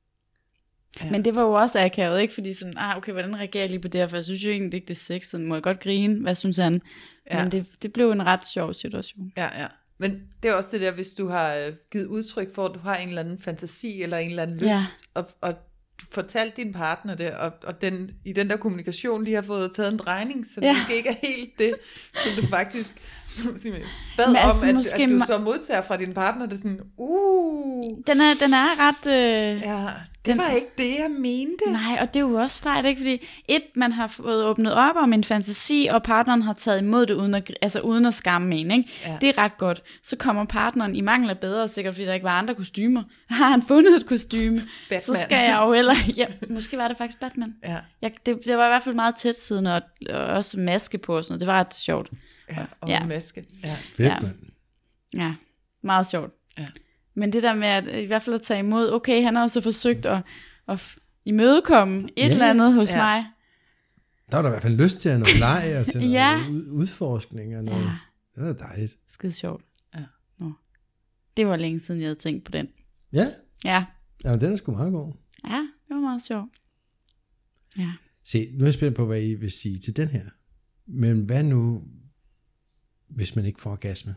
Ja.
Men det var jo også akavet, ikke? Fordi sådan, ah, okay, hvordan reagerer jeg lige på det her? For jeg synes jo egentlig ikke, det er sexet. Må jeg godt grine? Hvad synes han?
Ja.
Men det, det blev en ret sjov situation.
Ja, ja. Men det er også det der, hvis du har øh, givet udtryk for, at du har en eller anden fantasi, eller en eller anden lyst,
Ja.
og, og du fortalte din partner det, og, og den, i den der kommunikation lige har fået taget en drejning, så det
Ja.
måske ikke er helt det, som du faktisk bad
Men
om,
altså,
at,
måske
at du
ma-
så modtager fra din partner, det er sådan, uh,
Den er, den er ret... Øh,
ja, det
Den-
var ikke det, jeg mente.
Nej, og det er jo også fejl, ikke? Fordi et, man har fået åbnet op om en fantasi, og partneren har taget imod det uden at, altså uden at skamme en, ikke?
Ja.
Det er ret godt. Så kommer partneren i mangel af bedre, sikkert fordi der ikke var andre kostymer. Har han fundet et kostyme,
Batman.
så skal jeg jo heller... Ja, måske var det faktisk Batman.
Ja,
Jeg, det, det var i hvert fald meget tæt siden, og, og også maske på og sådan noget. Det var ret sjovt.
ja, og
Ja.
ja. maske. Ja.
Fedt,
Ja.
mand.
Ja, meget sjovt.
Ja.
Men det der med at i hvert fald at tage imod, okay, han har jo så forsøgt at, at f- imødekomme et
Ja.
eller andet hos
Ja.
mig.
Der var der i hvert fald lyst til at noget leg, og til noget
Ja.
ud- udforskning og noget.
Ja.
Det var dejligt.
Skide sjovt.
Ja.
Nå. Det var længe siden, jeg havde tænkt på den.
Ja,
Ja,
jamen, den er sgu meget god.
ja, det var meget sjovt. Ja.
Se, nu er jeg spændt på, hvad I vil sige til den her. Men hvad nu, hvis man ikke får orgasme?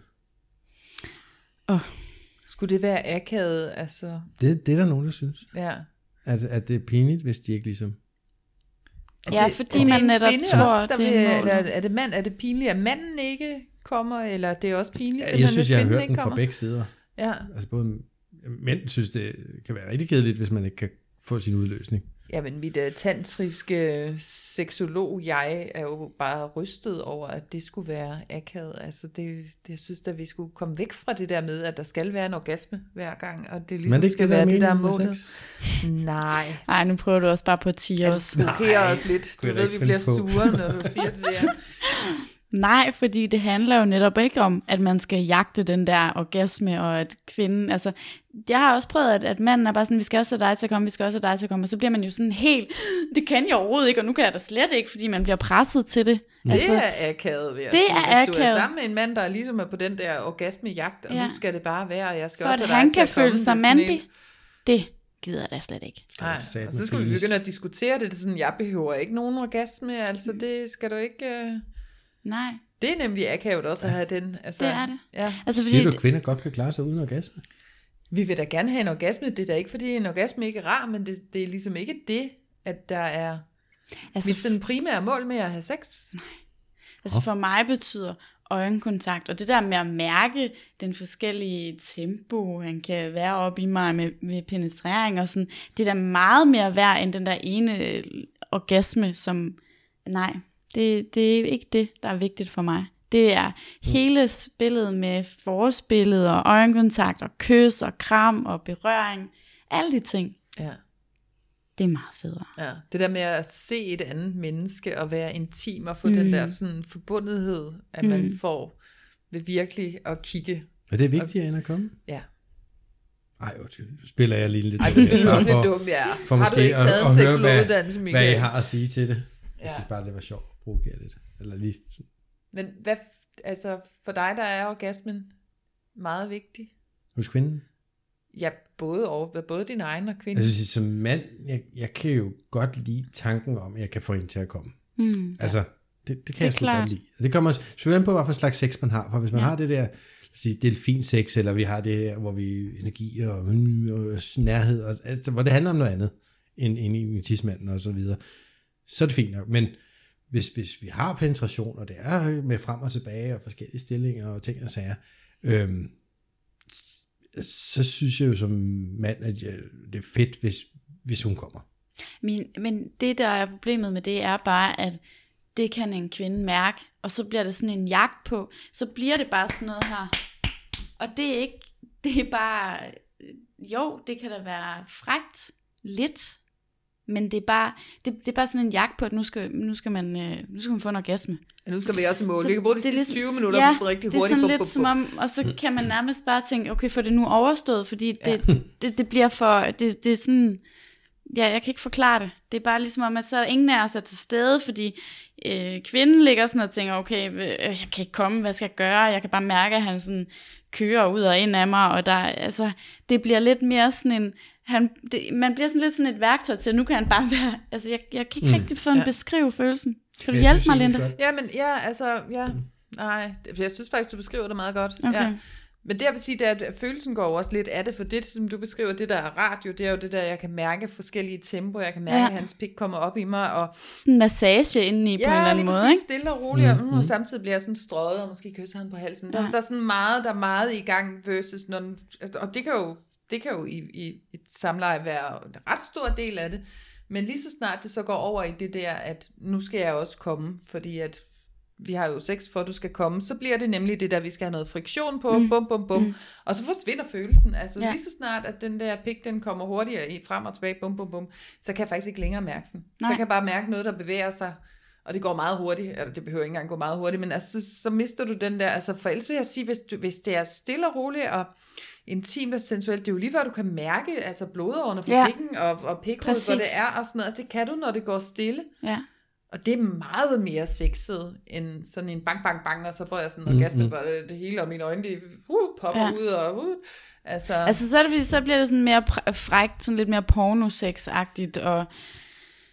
Åh. Oh.
Skulle det være akavet? Altså...
Det, det er der nogen, der synes.
Ja.
At, at det er pinligt, hvis de ikke ligesom...
Ja,
det,
fordi man netop tror,
også,
det
er
er
eller er det mand, er det pinligt, at manden ikke kommer, eller det er også pinligt,
ja, jeg synes,
hvis
jeg har
kvinden
hørt
ikke
den fra
kommer?
begge sider.
Ja.
Altså både mænd synes, det kan være rigtig kedeligt, hvis man ikke kan få sin udløsning.
Jamen, mit uh, tantriske seksolog, jeg er jo bare rystet over, at det skulle være akavet. Altså, det, det, jeg synes, at vi skulle komme væk fra det der med, at der skal være en orgasme hver gang, og det ligesom
Men det
skal
skal
være
være
det, der er
meningen med
målet.
sex.
Nej.
Nej, nu prøver du også bare på at tige
Ja,
os.
du provokerer os lidt. Du
kunne jeg da
ved,
ikke
vi
finde
bliver
på.
sure, når du siger det der.
Nej, fordi det handler jo netop ikke om, at man skal jagte den der orgasme, og at kvinden, altså, jeg har også prøvet, at, at manden er bare sådan, vi skal også have dig til at komme, vi skal også have dig til at komme, og så bliver man jo sådan helt, det kan jeg overhovedet ikke, og nu kan jeg da slet ikke, fordi man bliver presset til det.
Det
Altså,
er akavet, vil jeg
det
sige.
er
Hvis du er
akavet.
sammen med en mand, der ligesom er på den der orgasmejagt, og
Ja.
nu skal det bare være, og jeg skal
for
også
at
have dig
han
til at
kan
komme,
føle sig
det er sådan
mandig,
helt-
det gider jeg da slet ikke.
Nej,
sat
og
med
så skal vi
penis.
begynde at diskutere det. Det er sådan, jeg behøver ikke nogen orgasme, altså det skal du ikke... Uh...
Nej,
Det er nemlig akavet også at have den. Altså,
det er det.
Ja.
Altså, fordi,
Siger du, at kvinder godt kan klare sig uden orgasme?
Vi vil da gerne have en orgasme. Det er da ikke, fordi en orgasme ikke er rar, men det, det er ligesom ikke det, at der er
altså,
mit sådan primære mål med at have sex.
altså for mig betyder øjenkontakt, og det der med at mærke den forskellige tempo, han kan være oppe i mig med, med penetrering og sådan, det er da meget mere værd end den der ene orgasme, som, nej, det, det er ikke det, der er vigtigt for mig. Det er hele spillet med forspillet og øjenkontakt og kys og kram og berøring, alle de ting,
Ja.
det er meget federe.
Ja. Det der med at se et andet menneske og være intim og få mm. den der sådan forbundethed, at man
Mm.
får ved virkelig at kigge.
Er det vigtigere end at komme?
Ja.
Ej, jo, nu spiller jeg lige lidt.
Ej, du spiller
Bare
også
for-
lidt dumt, ja.
For
Har
måske
du ikke
at,
taget
at
en
høre, hvad,
seksologuddannelse,
hvad I
Michael?
har at sige til det. Jeg
Ja.
synes bare, det var sjovt at provokere lidt. Eller lige sådan.
Men hvad, altså for dig, der er orgasmen meget vigtig?
Hos kvinden?
Ja, både, og, både din egen og kvinde.
Altså, som mand, jeg, jeg kan jo godt lide tanken om, at jeg kan få en til at komme.
Mm.
Altså, det, det kan
er
jeg sgu
klart.
godt lide. Og det kommer selvfølgelig an på, hvad for slags sex man har. For hvis man
Ja.
har det der, lad os sige, delfinsex, eller vi har det her, hvor vi energi og, mm, og nærhed, og, altså, hvor det handler om noget andet, end, end i tidsmanden og så videre, så er det fint nok. Men hvis, hvis vi har penetration, og det er med frem og tilbage, og forskellige stillinger og ting og sager, øhm, så synes jeg jo som mand, at jeg, det er fedt, hvis, hvis hun kommer.
Men, men det, der er problemet med det, er bare, at det kan en kvinde mærke, og så bliver det sådan en jagt på, så bliver det bare sådan noget her. Og det er ikke, det er bare, jo, det kan da være frækt lidt, men det er bare, det, det er bare sådan en jagt på, at nu skal, nu skal, man, øh, nu skal man få en orgasme.
Nu skal vi også i mål.
Så
Vi kan bruge de
det er
sidste
ligesom-
tyve minutter
ja,
på rigtig
det er
hurtigt.
sådan
Bum,
lidt
bum,
som
bum.
om, og så kan man nærmest bare tænke, okay, for det nu overstået, fordi det, ja. det, det bliver for, det, det er sådan, ja, jeg kan ikke forklare det. Det er bare ligesom om, at så er der ingen af os er til stede, fordi øh, kvinden ligger sådan og tænker, okay, øh, jeg kan ikke komme, hvad skal jeg gøre? Jeg kan bare mærke, at han sådan kører ud og ind af mig, og der, altså, det bliver lidt mere sådan en, han, det, man bliver sådan lidt sådan et værktøj til, at nu kan han bare være, altså jeg, jeg kan ikke mm. rigtig få en
Ja.
beskrive følelsen. Kan du
Men jeg
hjælpe
synes
mig,
egentlig
Linda?
godt-
Ja, men ja, altså, ja. Nej, jeg synes faktisk, du beskriver det meget godt.
Okay.
Ja. Men det jeg vil sige, det er, at følelsen går jo også lidt af det, for det, som du beskriver, det der er radio, det er jo det der, jeg kan mærke forskellige tempoer, jeg kan mærke,
Ja.
at hans pik kommer op i mig, og
Sådan en massage indeni på en eller anden
lige
måde,
præcis,
ikke?
stille og roligt, mm, mm. og samtidig bliver jeg sådan strøget, og måske kysser han på halsen. Der,
Ja.
der er sådan meget, der er meget i gang, versus når, og det kan jo, det kan jo i, i et samleje være en ret stor del af det, men lige så snart det så går over i det der, at nu skal jeg også komme, fordi at vi har jo sex for, at du skal komme, så bliver det nemlig det der, vi skal have noget friktion på, mm. bum, bum, bum, mm. og så forsvinder følelsen. Altså
Ja.
lige så snart, at den der pik, den kommer hurtigere i, frem og tilbage, bum, bum, bum, så kan jeg faktisk ikke længere mærke den.
Nej.
Så kan jeg bare mærke noget, der bevæger sig, og det går meget hurtigt, eller det behøver ikke engang gå meget hurtigt, men altså, så, så mister du den der, altså for ellers vil jeg sige, hvis, du, hvis det er stille og roligt, og intimt og sensuelt, det er jo lige før, du kan mærke, altså blodårene på
Ja.
pikken, og, og pikrod, hvor
Præcis.
det er, og sådan noget, altså det kan du, når det går stille.
Ja.
Og det er meget mere sexet, end sådan en bang, bang, bang, og så får jeg sådan en orgasme, hvor det, det hele, og mine øjne, de uh, popper
Ja.
ud, og uh, altså...
Altså så, er det, fordi- så bliver det sådan mere pr- frækt, sådan lidt mere pornosex-agtigt, og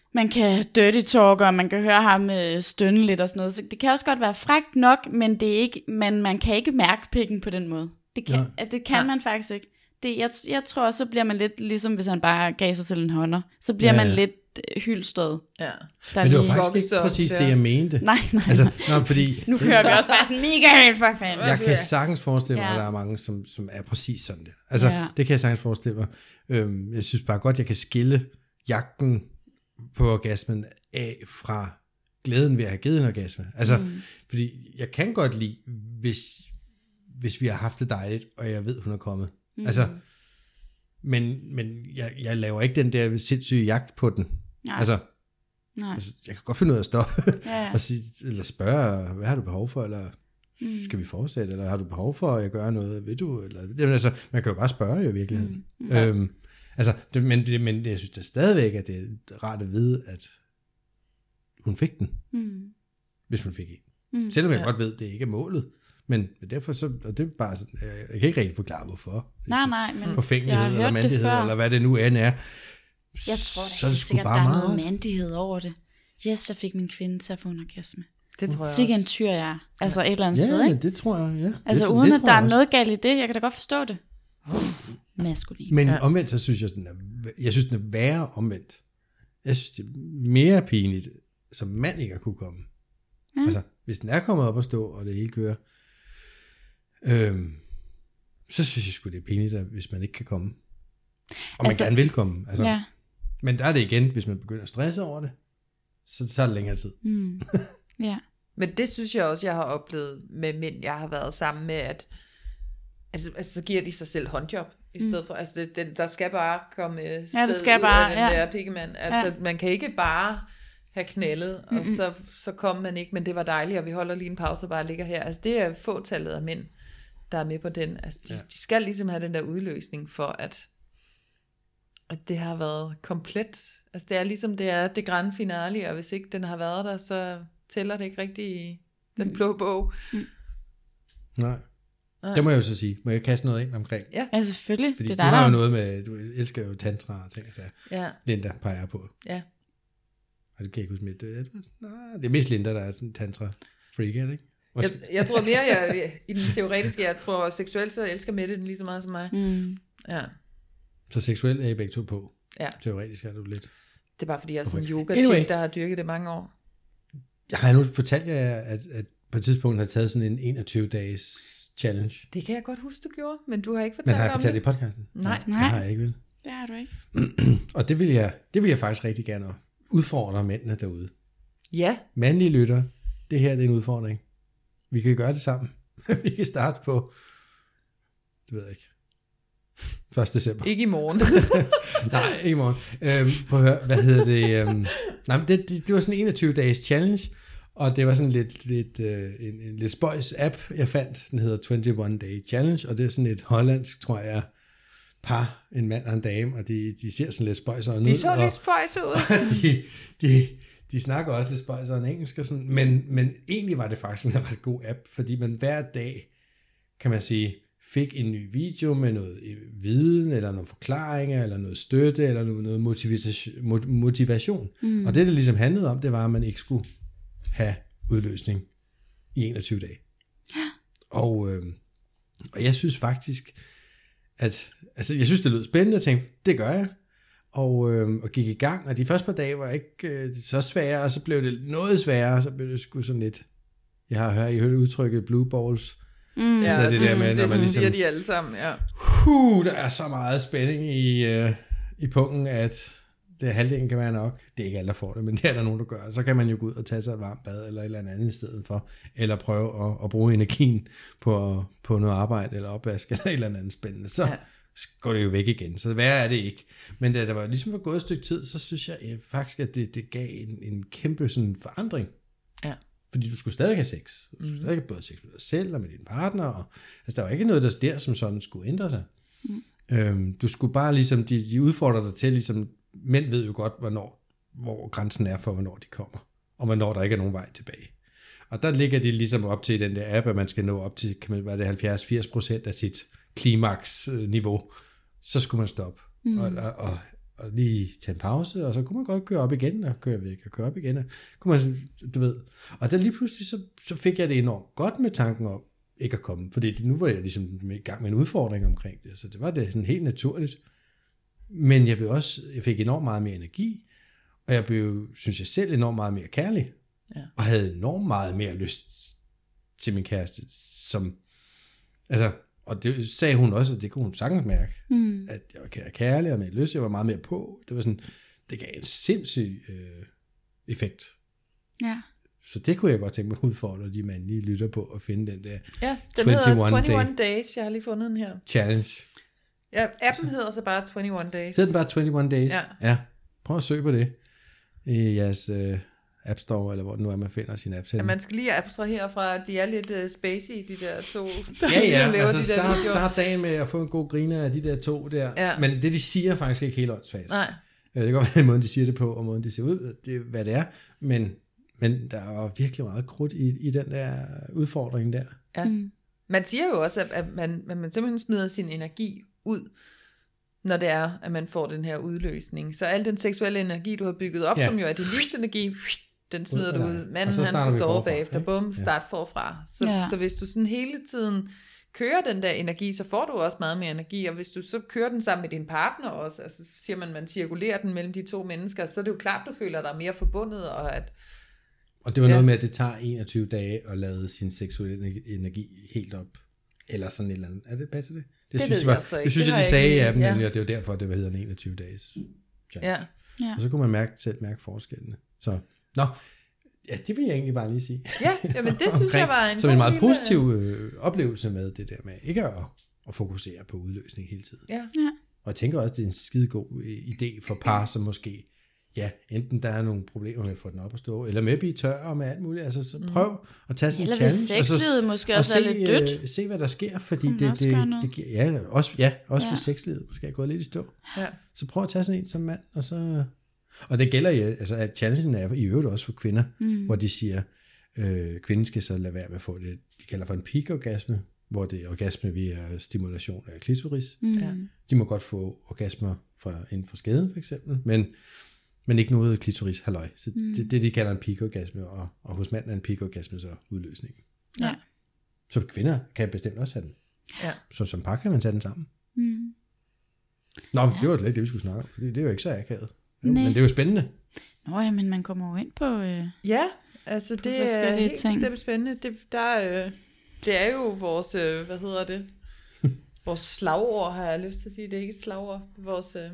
man kan dirty talk, og man kan høre ham øh, stønne lidt og sådan noget. Så det kan også godt være frækt nok, men det er ikke, man, man kan ikke mærke pikken på den måde. Det kan, ja. det kan ja. man faktisk ikke. Det, jeg, jeg tror, så bliver man lidt ligesom, hvis han bare gav sig selv en hånder. Så bliver ja, ja. man lidt øh, hyldstået. Ja.
Men det var faktisk ikke så, præcis ja. det, jeg mente.
Nej, nej,
altså,
nej.
Nå, fordi,
nu kører vi også bare sådan mega helt for fanden.
Jeg kan sagtens forestille mig, ja. at der er mange, som, som er præcis sådan der. Altså, ja. det kan jeg sagtens forestille mig. Øhm, jeg synes bare godt, jeg kan skille jagten på orgasmen af fra glæden ved at have givet en orgasme. Altså, mm. fordi jeg kan godt lide, hvis, hvis vi har haft det dejligt, og jeg ved, hun er kommet. Mm. Altså, men, men jeg, jeg laver ikke den der sindssyge jagt på den. Nej. Altså, Nej. altså, jeg kan godt finde ud af at stoppe, ja, ja. og sige, eller spørge, hvad har du behov for, eller mm. skal vi fortsætte, eller har du behov for, at jeg gør noget, ved du, eller, jamen, altså, man kan jo bare spørge jo i virkeligheden. Mm. Ja. Øhm, altså, det, men, det, men jeg synes da stadigvæk, at det er rart at vide, at hun fik den, mm. hvis hun fik en. Mm. Selvom jeg ja. godt ved, at det ikke er målet. Men derfor så, og det er bare sådan, jeg kan ikke rigtig forklare, hvorfor.
Nej, nej, men
forfængelighed eller mandighed, eller hvad det nu end er.
Jeg tror, det så er det sikkert, bare der er noget mandighed over det. Yes, jeg fik min kvinde til at få en orgasme. Det tror jeg Sikke en tyr, jeg er. Altså et eller andet
ja,
sted, ikke?
Ja, det tror jeg, ja.
Altså
det,
uden
det
at der er noget galt i det, jeg kan da godt forstå det. Maskulin.
Men ja. omvendt, så synes jeg, den er, jeg synes, den er værre omvendt. Jeg synes, det er mere pinligt, som mand ikke at kunne komme. Ja. Altså, hvis den er kommet op at stå, og det hele kører, Øhm, så synes jeg sgu det er pinligt, hvis man ikke kan komme. Og man altså, gerne vil komme. Altså, ja. Men der er det igen, hvis man begynder at stresse over det, så, så er det længere tid. Mm.
Ja. Men det synes jeg også, jeg har oplevet med mænd, jeg har været sammen med, at altså, altså, så giver de sig selv håndjob i stedet mm. for. Altså, det, den, der skal bare komme ja,
det skal bare,
den ja. der pikkemand. Altså, ja. man kan ikke bare have knældet, og mm-hmm. så, så kommer man ikke, men det var dejligt, og vi holder lige en pause og bare ligger her. Altså, det er fåtallet af mænd, der er med på den. Altså, de, ja. de skal ligesom have den der udløsning for, at, at det har været komplet. Altså, det er ligesom, det er det grande finale, og hvis ikke den har været der, så tæller det ikke rigtig i den blå bog. Mm.
Nej. Nej. Det må jeg jo så sige. Må jeg kaste noget ind omkring?
Ja, ja selvfølgelig.
Fordi det du har jo noget med, du elsker jo tantra og ting, så ja. Linda peger på.
Ja.
Og det kan jeg ikke huske med. Det er, det er mest Linda, der er sådan tantra-freak, er det ikke?
Jeg, jeg tror mere, jeg, i den teoretiske, jeg tror seksuelt, så elsker Mette den lige så meget som mig. Mm. Ja.
Så seksuelt er I begge to på? Ja. Teoretisk er du lidt.
Det er bare fordi, jeg er sådan en yoga anyway, der har dyrket det mange år.
Jeg har nu fortalt jer, at, at på et tidspunkt har taget sådan en enogtyve-dages challenge.
Det kan jeg godt huske, du gjorde, men du har ikke fortalt
men har jeg
om
fortalt
det.
i podcasten?
Nej.
Nej. Det har jeg ikke, vel?
Det har du ikke.
Og det vil, jeg, det vil jeg faktisk rigtig gerne udfordre mændene derude.
Ja.
Mandlige lytter, det her det er en udfordring. Vi kan gøre det sammen. Vi kan starte på, det ved jeg ikke, første december.
Ikke i morgen.
Nej, ikke i morgen. Øhm, prøv at høre, hvad hedder det? Øhm, nej, men det, det, det var sådan en enogtyve-dages challenge, og det var sådan lidt, lidt, øh, en, en lidt spøjs app, jeg fandt. Den hedder enogtyve day challenge, og det er sådan et hollandsk, tror jeg, par, en mand og en dame, og de, de ser sådan lidt spøjsere ud.
De så lidt spøjsere ud.
Og de, de, de snakker også lidt spøjsere end engelsk, og sådan, men, men egentlig var det faktisk en ret god app, fordi man hver dag, kan man sige, fik en ny video med noget viden, eller nogle forklaringer, eller noget støtte, eller noget motivation. motivation. Mm. Og det, det ligesom handlede om, det var, at man ikke skulle have udløsning i enogtyve dage. Ja. Og, øh, og jeg synes faktisk, at altså, jeg synes, det lød spændende, jeg tænkte, det gør jeg. Og, øh, og gik i gang, og de første par dage var ikke øh, så svære, og så blev det noget sværere, og så blev det sgu sådan lidt, jeg har hørt, I hørt udtrykket blue balls.
Mm. Ja, det, det, der med, det, når man ligesom, siger de alle sammen, ja.
Huh, der er så meget spænding i, øh, i pungen, at det halvdelen kan være nok. Det er ikke alle, der får det, men det er der nogen, der gør. Så kan man jo gå ud og tage sig et varmt bad, eller et eller andet i stedet for, eller prøve at, at bruge energien på, på noget arbejde, eller opvask, eller et eller andet spændende. Så ja. går det jo væk igen. Så værre er det ikke. Men da der var ligesom var gået et stykke tid, så synes jeg eh, faktisk, at det, det gav en, en kæmpe sådan forandring. Ja. Fordi du skulle stadig have sex. Du skulle mm. stadig have både sex med dig selv og med din partner. Og, altså, der var ikke noget der, der som sådan skulle ændre sig. Mm. Øhm, du skulle bare ligesom, de, de udfordrer dig til, ligesom, mænd ved jo godt, hvornår, hvor grænsen er for, hvornår de kommer. Og hvornår der ikke er nogen vej tilbage. Og der ligger de ligesom op til i den der app, at man skal nå op til, kan man være det halvfjerds til firs procent af sit klimaks-niveau. Så skulle man stoppe. Mm. Og, og, og lige tage en pause, og så kunne man godt køre op igen, og køre væk, og køre op igen, og kunne man, du ved. Og der lige pludselig, så, så fik jeg det enormt godt med tanken om, ikke at komme, fordi nu var jeg ligesom i gang med en udfordring omkring det, så det var det sådan helt naturligt. Men jeg blev også, jeg fik enormt meget mere energi, og jeg blev, synes jeg selv, enormt meget mere kærlig, ja. Og havde enormt meget mere lyst til min kæreste, som, altså, og det sagde hun også, at det kunne hun sagtens mærke, mm. at jeg var kærlig og med lyst, jeg var meget mere på, det var sådan, det gav en sindssyg øh, effekt.
Ja.
Så det kunne jeg godt tænke mig at udfordre de mand lige lytter på og finde den der
ja, den hedder enogtyve Days, jeg har lige fundet den her.
Challenge.
Ja, appen hedder så bare enogtyve Days.
Hedder den bare enogtyve Days?
Ja.
Ja. Prøv at søge på det i jeres øh, App Store, eller hvor det nu er, man finder sin apps.
Ja, man skal lige abstrahere fra, at de er lidt uh, spacey, de der to.
Ja, ja, altså de start, start dagen med at få en god griner af de der to der. Ja. Men det, de siger, faktisk ikke helt åndssvagt.
Nej.
Det kan godt være, måden de siger det på, og måden de ser ud, det er, hvad det er. Men, men der er virkelig meget krudt i, i den der udfordring der.
Ja. Mm. Man siger jo også, at man, at man simpelthen smider sin energi ud, når det er, at man får den her udløsning. Så al den seksuelle energi, du har bygget op, ja. Som jo er din livsenergi, den smider du ud. Manden, han skal sove bagefter. Bum, start forfra. Så, ja. Så hvis du sådan hele tiden kører den der energi, så får du også meget mere energi, og hvis du så kører den sammen med din partner også, altså siger man, man cirkulerer den mellem de to mennesker, så er det jo klart, du føler dig mere forbundet, og at...
Og det var ja. Noget med, at det tager enogtyve dage at lade sin seksuelle energi helt op, eller sådan et eller andet. Er det passer det? Det, det synes jeg, var, jeg, så det synes det jeg, de sagde i appen, ja. Nemlig, og det er jo derfor, det hedder en enogtyve dages challenge. Ja. Ja. Og så kunne man mærke, selv mærke forskellene. Så, nå, ja, det vil jeg egentlig bare lige sige.
Ja, jamen det synes jeg var en
som en meget lille... positiv øh, oplevelse med det der med, ikke at, at fokusere på udløsning hele tiden.
Ja.
Ja.
Og jeg tænker også, det er en skidegod idé for par, som måske, ja, enten der er nogle problemer med at få den op at stå, eller med at blive tør og med alt muligt. Altså, så prøv at tage sådan en challenge.
Eller hvis sexlivet måske også
og se,
er lidt dødt.
Øh, se, hvad der sker, fordi det, det, det, det giver, ja, også, ja, også ja. Hvis sexlivet måske er gået lidt i stå.
Ja.
Så prøv at tage sådan en som mand, og så... Og det gælder jo, altså at challengen er i øvrigt også for kvinder, mm. hvor de siger, øh, kvinden skal så lade være med at få det, de kalder for en peak-orgasme, hvor det er orgasme via stimulation af klitoris. Mm. De må godt få orgasmer fra, inden for skeden for eksempel, men, men ikke noget klitoris halløj. Så mm. det, det de kalder en peak-orgasme, og, og hos manden er en peak-orgasme så udløsningen.
Ja.
Så kvinder kan bestemt også have den.
Ja.
Så som par kan man tage den sammen. Mm. Nå, ja. Det var slet ikke det, vi skulle snakke om, fordi det er jo ikke så akavet. Jo, men det er jo spændende.
Nå ja, men man kommer jo ind på øh,
ja, altså det er helt bestemt spændende. Det, der, øh, det er jo vores, øh, hvad hedder det, vores slagord, har jeg lyst til at sige. Det er ikke et slagord. Vores øh,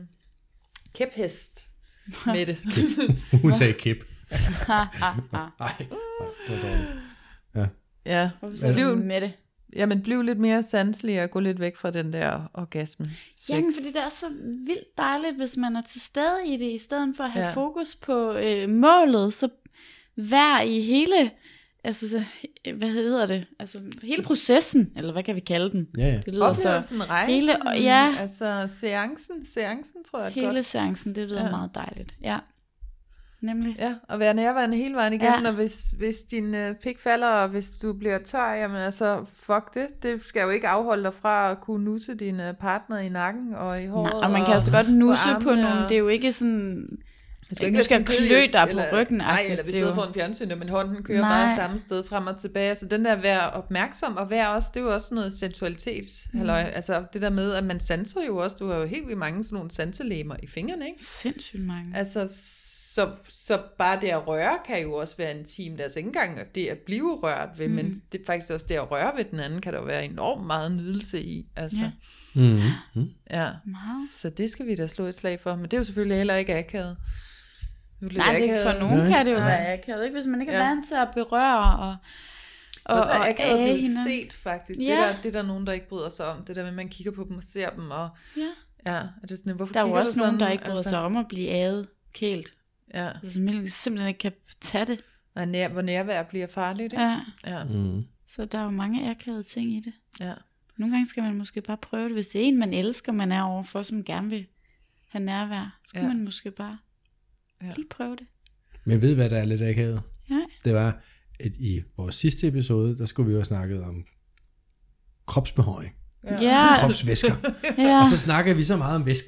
kæphest med det.
Hun sagde kæp. Nej, det var dårligt. Ja.
Ja,
bliv med det.
Jamen, bliv lidt mere sanselig og gå lidt væk fra den der orgasme.
Jamen, fordi det er så vildt dejligt, hvis man er til stede i det, i stedet for at have ja. Fokus på øh, målet, så vær i hele, altså, hvad hedder det, altså hele processen, eller hvad kan vi kalde den?
Ja, ja.
Det lyder
oplevelsen, så, rejsen, hele, ja, altså seancen, seancen tror jeg
hele
godt.
Hele seancen, det lyder ja. Meget dejligt, ja. Nemlig.
Ja, og være nærværende hele vejen igennem, ja. Og hvis, hvis din øh, pik falder, og hvis du bliver tør, jamen altså, fuck det. Det skal jo ikke afholde dig fra at kunne nusse din øh, partner i nakken og i håret.
Nej, og man kan altså godt nusse på, på nogle, det er jo ikke sådan,
det skal
ikke du skal klø dig på ryggen.
Nej, eller vi sidder foran fjernsynet, men hånden kører nej. Bare samme sted frem og tilbage. Altså den der være opmærksom, og være også, det er jo også noget sensualitet. Mm. Altså det der med, at man sanser jo også, du har jo helt vildt mange sådan nogle sanselemmer i fingrene, ikke?
Sindssygt mange.
Altså... Så, så bare det at røre kan jo også være intimt, altså ikke engang det at blive rørt ved, mm. men det er faktisk også det at røre ved den anden, kan der jo være enormt meget nydelse i, altså.
Ja.
Mm-hmm.
Ja, så det skal vi da slå et slag for, men det er jo selvfølgelig heller ikke akavet.
Nej, det er ikke for nogen, kan det jo være akavet, ikke? Hvis man ikke er ja. Vant til at berøre og
og, og, og akavet at blive set, faktisk. Ja. Det, der, det er der nogen, der ikke bryder sig om, det der med, at man kigger på dem og ser dem, og
ja,
ja er det sådan, hvorfor
der er jo også nogen,
sådan,
der ikke bryder
altså,
sig om at blive adet kælt.
Ja.
Altså, man simpelthen ikke kan tage det.
Og nær, hvor nærvær bliver farligt, ikke?
Ja.
Ja.
Mm.
Så der er jo mange akavede ting i det.
Ja.
Nogle gange skal man måske bare prøve det. Hvis det er en, man elsker, man er overfor, som gerne vil have nærvær, så skal ja. Man måske bare ja. Lige prøve det.
Men ved hvad der er lidt akavet?
Ja.
Det var, at i vores sidste episode, der skulle vi jo snakke om kropsbehøring.
Ja.
Kropsvæsker.
Ja.
Og så snakker vi så meget om væsker.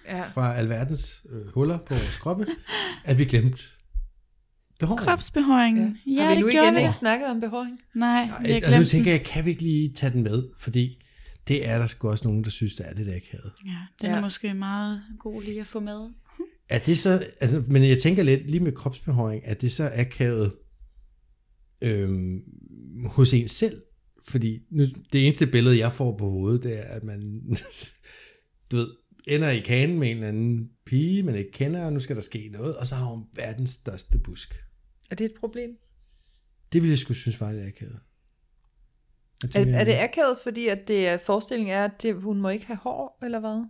Ja.
fra alverdens øh, huller på vores kroppe, at vi glemte behåringen.
Kropsbehåringen.
Ja.
Ja,
Har vi
det
nu
gjorde
igen
vi
ikke
da.
snakket om behåring?
Nej,
Nej,
vi har
altså,
glemt
nu tænker
den.
jeg, kan vi ikke lige tage den med? Fordi det er der sgu også nogen, der synes, det er lidt akavet.
Ja, den
Ja.
er måske meget god lige at få med.
Er det så, altså, men jeg tænker lidt, lige med kropsbehåring, er det så akavet øhm, hos en selv? Fordi nu, det eneste billede, jeg får på hovedet, det er, at man, du ved, ender i kanen med en eller anden pige, man ikke kender, og nu skal der ske noget, og så har hun verdens største busk.
Er det et problem?
Det ville jeg sgu synes var lidt akavet. Jeg
Er,
tænker,
er det akavet, fordi at det, forestillingen er, at det, hun må ikke have hår, eller hvad?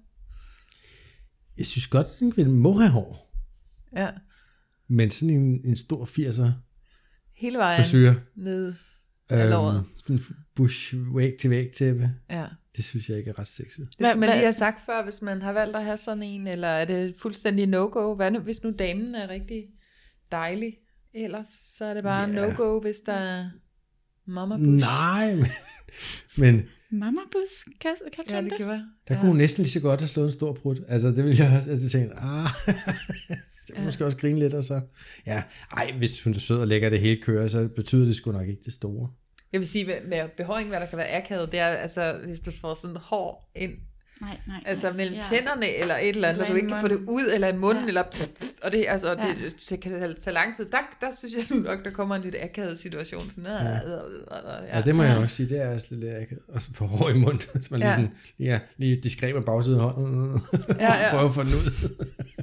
Jeg synes godt, at en kvinde må have hår,
Ja,
men sådan en, en stor firser
hele vejen
frisyr,
ned af låret.
øhm, sådan en bush væg til væg tæppe,
Ja.
det synes jeg ikke er ret sexet.
Det
Hvad-
skal man
hvad-
lige have sagt før, hvis man har valgt at have sådan en, eller er det fuldstændig no-go? Hvad nu, hvis nu damen er rigtig dejlig, ellers så er det bare
Ja.
no-go, hvis der er mama bush.
Nej, men, men
Mamma bus, kan, kan
Ja, det kan være.
der kunne hun næsten lige så godt have slået en stor prut. Altså, det ville jeg også, altså, jeg tænkte, ah, det kunne måske også grine lidt, og så, ja, ej, hvis hun er sød og lægger det hele kører, så betyder det sgu nok ikke det store.
Jeg vil sige, med, med behåring, hvad der kan være akavet, det er, altså, hvis du får sådan et hår ind,
Nej, nej.
altså mellem
ja.
tænderne, eller et eller andet,
Eller
og du
i
ikke kan få det
munden.
ud, eller i munden,
Ja.
eller og det, altså,
Ja.
det, det kan tage lang tid. Der, der synes jeg nu nok, der kommer en lidt akavet situation. Sådan, ja.
Ja, ja det må jeg også sige, det er altså lidt akavet. Og så få hår i munden, så man lige
Ja.
sådan, ja, lige diskret med bagsiden af hånden,
Ja, ja.
prøve at få den ud.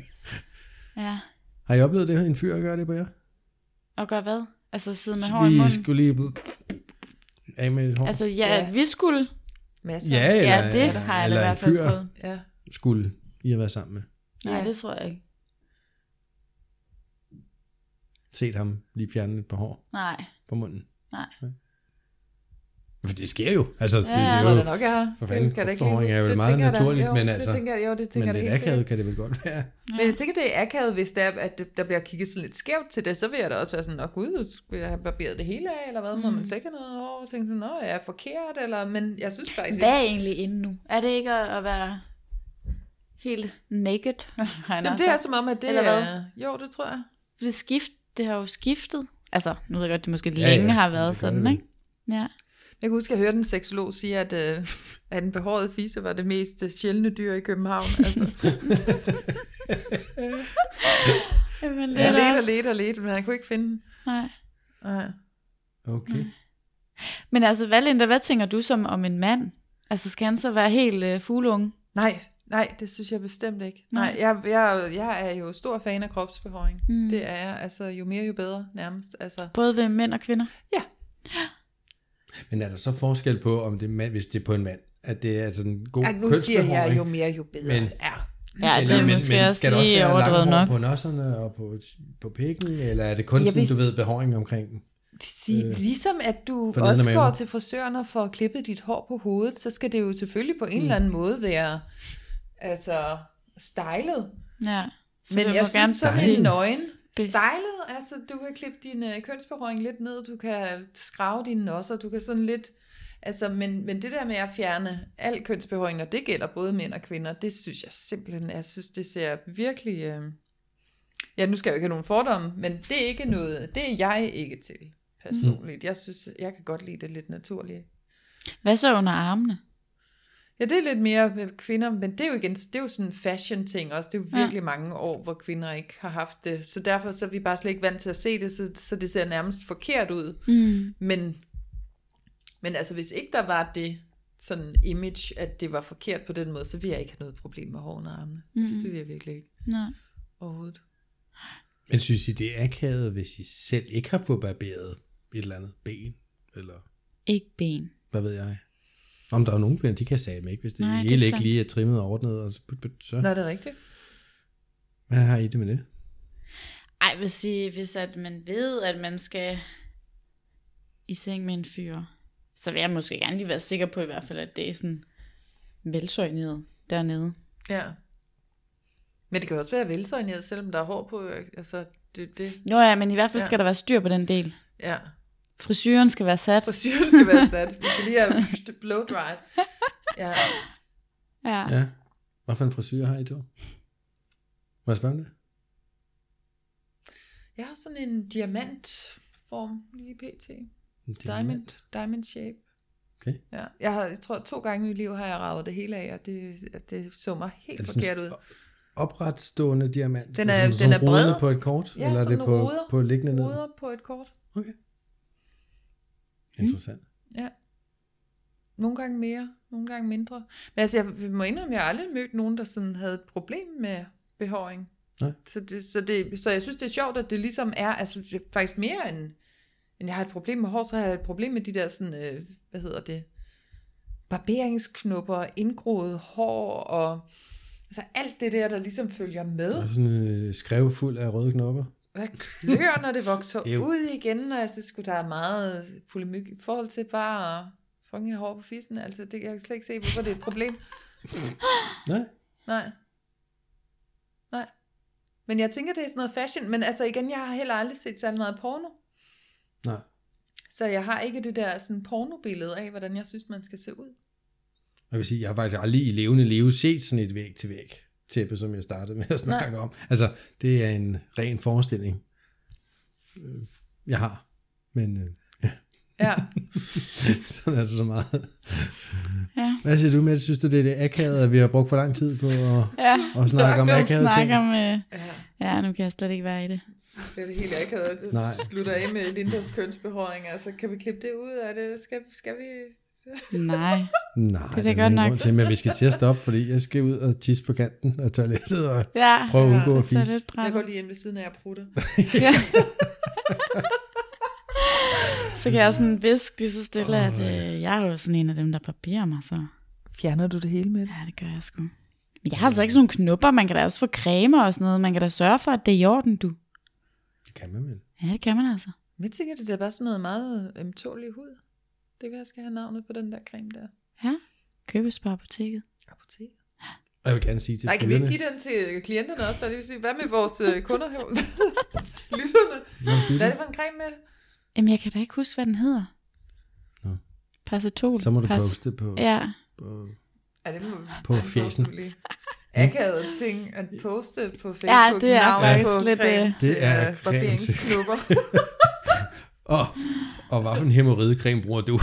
Ja,
Har I oplevet det, en fyr gøre det på jer?
og gør hvad? Altså sidde med hår i
Vi
munden?
skulle lige af med et hår.
Altså ja,
Ja.
vi skulle.
Masser.
ja, eller,
Ja, det
eller,
har jeg da i
eller en
hvert fald
fyr
prøvet.
Ja.
skulle I have været sammen med.
Nej,
Ja.
det tror jeg ikke.
Set ham lige fjerne et par hår
Nej,
på munden.
nej.
For det sker jo. Altså, det,
Ja,
det
Jeg
er
tror
jo,
da nok, jeg har.
for fanden,
kan da ikke
kropsbehåring er vel
det
meget
tænker jeg da.
naturligt,
jo,
men
det
altså-
tænker jeg, jo, det tænker
men
jeg da
lidt
helt
akavet
sikkert.
kan det vel godt være.
Men jeg tænker, det er akavet, hvis det er, at det- der bliver kigget sådan lidt skævt til det, så vil jeg da også være sådan, åh gud, skulle jeg have barberet det hele af, eller hvad, må man sikkert noget hår, og tænke sådan, nå, jeg er forkert, eller, men jeg synes faktisk
Hvad er egentlig inde nu? Er det ikke at, at være helt naked?
Jamen, det er som om, at det
Eller hvad?
er, jo, det tror jeg.
Det, skift, det har jo skiftet. Altså, nu ved jeg godt, det måske
Ja,
længe
ja,
har
men
været
det gør
sådan,
det vel.
ikke? Ja.
Jeg kan huske, at jeg hørte en seksolog sige, at, øh, at en behåret fisse var det mest øh, sjældne dyr i København. Altså,
Jamen, det
jeg
er da
ledte og
også...
ledte og ledte, men han kunne ikke finde den.
Nej.
Nej.
Okay.
Men altså, hvad, Linda, hvad tænker du som om en mand? Altså, skal han så være helt øh, fugleunge?
Nej, nej, det synes jeg bestemt ikke.
Nej.
Nej, jeg, jeg, jeg er jo stor fan af kropsbehåring.
Mm.
Mm. Det er jeg. Altså, jo mere, jo bedre, nærmest. Altså,
Både ved mænd og kvinder?
ja.
Men er der så forskel på, om det er mand, hvis det er på en mand, at det er sådan en god
Ej, nu siger jeg
kønsbehåring?
jo mere, jo bedre.
Men-
ja.
Ja,
Eller,
det er
men,
måske
men
også
skal der også
lige
være
overdrevet
langt hår
nok.
på nosserne og på, på pikken, eller er det kun
Jeg
sådan,
vil
du
s-
ved, behåring omkring?
Sige,
Øh,
ligesom at du
for neden af
også
maven.
går til frisøren og får klippet dit hår på hovedet, så skal det jo selvfølgelig på en mm. eller anden måde være altså stylet.
Ja. Så
Men
det
jeg
må gerne
synes sådan
Stylet.
en nøgen
Be-
stylet, altså du kan klippe din øh, kønsbehåring lidt ned, du kan skrave dine nosser, du kan sådan lidt, altså men, men det der med at fjerne al kønsbehåring, og det gælder både mænd og kvinder, det synes jeg simpelthen, jeg synes det ser virkelig, øh... ja nu skal jeg jo ikke have nogen fordomme, men det er ikke noget, det er jeg ikke til personligt. Jeg synes, jeg kan godt lide det lidt naturlige.
Hvad så under armene?
Ja, det er lidt mere med kvinder, men det er jo igen, det er jo sådan en fashion ting også. Det er jo
Ja.
virkelig mange år, hvor kvinder ikke har haft det. Så derfor så er vi bare slet ikke vant til at se det, så, så det ser nærmest forkert ud.
Mm.
Men, men altså, hvis ikke der var det sådan image, at det var forkert på den måde, så ville jeg ikke have noget problem med hår under armene. Mm. Altså, det vil jeg virkelig ikke
Nej.
overhovedet.
Men synes I, det er akavet, hvis I selv ikke har fået barberet et eller andet ben? Eller
Ikke ben.
hvad ved jeg? Om der er nogen kvinder, de kan sige med, ikke? Hvis det
Nej, det er
hele ikke
sandt.
lige er trimmet og ordnet, og så, put, put, så.
Nå, er det rigtigt?
Hvad har I det med det?
Ej, jeg vil sige, hvis at man ved, at man skal i seng med en fyr, så vil jeg måske gerne lige være sikker på i hvert fald, at det er sådan velsøjnet dernede.
Ja. Men det kan jo også være velsøjnet, selvom der er hår på. Altså, det, det,
Nå ja, men i hvert fald
Ja.
skal der være styr på den del.
ja.
Frisyren skal være sat.
Frisyren skal være sat. Vi skal lige have blow dried. Ja.
Ja.
Ja. Hvad for en frisyr har I to? Må jeg spørge om det?
Jeg har sådan en diamantform lige pt.
Det
Diamond, diamond shape.
Okay.
Ja, jeg, har, jeg tror, to gange i mit liv har jeg ravet det hele af, og det, at det så mig helt forkert ud.
Opretstående diamant?
Den er,
sådan,
den
sådan
er bred.
på et kort?
Ja,
eller er det på,
ruder,
på liggende ned?
ruder på et kort.
Okay. Interessant.
Mm. Ja. Nogle gange mere, nogle gange mindre. Men altså, jeg må indrømme, jeg har aldrig mødt nogen, der sådan havde et problem med behåring.
Nej.
Så, det, så, det, så jeg synes, det er sjovt, at det ligesom er, altså det er faktisk mere end, end jeg har et problem med hår, så har jeg et problem med de der sådan, øh, hvad hedder det, barberingsknopper, indgroet hår, og altså alt det der, der ligesom følger med.
Og sådan en skrev fuld af røde knopper.
Jeg klør, når det vokser
Ew.
ud igen, og jeg synes, der er meget polemik i forhold til bare at fucking have hår på fissen. Altså, det kan jeg slet ikke se, hvorfor det er et problem.
Nej.
Nej. Nej. Men jeg tænker, det er sådan noget fashion. Men altså igen, jeg har heller aldrig set særlig meget porno.
Nej.
Så jeg har ikke det der sådan pornobillede af, hvordan jeg synes, man skal se ud.
Jeg vil sige, jeg har faktisk aldrig i levende liv set sådan et væg til væg tæppe, som jeg startede med at snakke Nej. om. Altså, det er en ren forestilling, jeg har. Men øh, ja.
Ja.
Sådan er det så meget.
Ja.
Hvad siger du med det? Synes du, det er det akavet, at vi har brugt for lang tid på at,
Ja.
at snakke om akavede ting?
Om, øh,
Ja.
ja, nu kan jeg slet ikke være i det.
Det er det helt akavet. Det
Nej.
slutter af med Lindas kønsbehåring. Altså, kan vi klippe det ud af det? Skal, skal vi...
Nej.
Nej,
det er
det er
godt
ikke
nok.
grund til, men vi skal til at stoppe, fordi jeg skal ud og tisse på kanten af toilettet og
Ja.
prøve at undgå
Ja,
at
så er
fisse.
det
Jeg
træt.
går lige ind ved siden af, jeg prutter.
Ja. Så kan jeg sådan viske lige så stille,
Åh,
at øh, jeg er jo sådan en af dem, der barberer mig, så
Fjerner du det hele med det?
ja, det gør jeg sgu. Men jeg har altså ikke sådan nogle knupper, man kan da også få cremer og sådan noget, man kan da sørge for, at det er i orden, du.
Det kan man vel.
Ja, det kan man altså.
Men jeg tænker, det er bare sådan noget meget ømtålig hud. Det kan jeg skal have navnet på den der creme der.
Ja, købes på apoteket.
Apotek.
Og jeg vil gerne sige til
Nej, kan vi ikke
fyrene.
give den til klienterne også? Hvad, det vil sige? Hvad med vores øh, kunder her? Lytterne. Hvad er det for en creme med det?
Jamen, jeg kan da ikke huske, hvad den hedder.
Nå.
Passatol.
Så må du
Pas-
poste på,
Ja.
på
Ja, det må
På
det må
fjesen.
du lige. Akavede ting at poste på Facebook.
Ja, det er
navn
faktisk
på
lidt,
creme
øh,
til,
Det er
øh,
creme til-
barberingsknopper.
Og, og hvad for en hemorridecreme bruger du?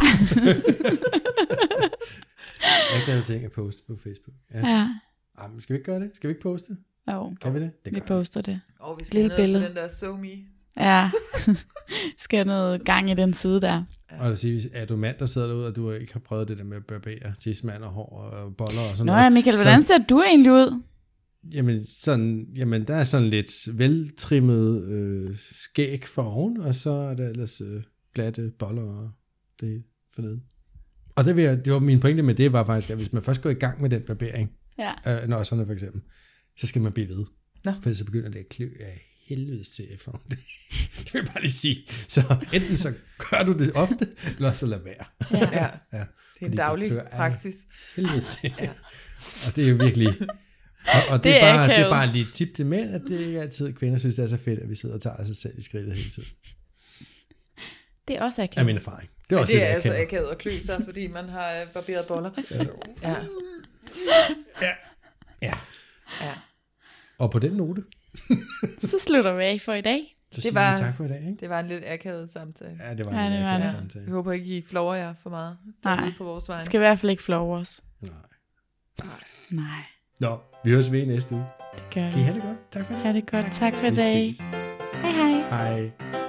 Jeg kan jo tænke at poste på Facebook. Ja.
Ja.
Ej, men skal vi ikke gøre det? Skal vi ikke poste?
Jo,
Kan vi det? Det
vi
gør
poster det.
Og vi skal
Lille
have noget
billede.
på den der SoMe.
Ja. Skal have noget gang i den side der.
Og jeg vil sige, er du mand, der sidder derude, og du ikke har prøvet det der med at barbere tidsmand og hår og boller og sådan
Nå
noget.
ja, Michael, hvordan ser du egentlig ud?
Jamen, sådan, jamen, der er sådan lidt veltrimmet øh, skæg for oven, og så er der ellers øh, glatte boller og det hele forneden. Og det, vil jeg, det var min pointe med det, var faktisk, at hvis man først går i gang med den barbering,
Ja.
øh, når sådan for eksempel, så skal man blive ved.
Nå.
For så begynder det at klø af helvede til for det. Det vil jeg bare lige sige. Så enten så gør du det ofte, eller så lad være.
Ja, ja.
Ja,
Det er
fordi
en
det
daglig
klør af
praksis.
helvede til. Ja. Og det er jo virkelig... Og, og det,
Det
er
er
bare, det er
akavet.
bare lige et tip til mænd, at det ikke altid kvinder synes, det er så fedt, at vi sidder og tager sig selv i skridtet hele tiden.
Det er også
Det er
akavet.
min erfaring. Det er
Men
også
det
lidt
er altså
akavet.
akavet at klø sig, fordi man har øh, barberet boller. Ja.
Ja. Ja.
Ja.
Og på den note,
Så slutter vi af for i dag.
så siger
var-
vi tak for i dag. Ikke?
Det var en lidt akavet samtale.
Ja, det var
Ja,
en
det
lidt
var
akavet
det.
samtale.
Jeg håber ikke, I flover jer for meget
Nej.
derude på vores vegne.
Skal i hvert fald ikke flove os.
Nej.
Nej,
Nå, vi høres ved i næste uge.
det gør
Kan I
vi.
have det godt? Tak for det.
Ha' det godt. Tak for i
Vi
dag.
ses.
Hej hej.
Hej.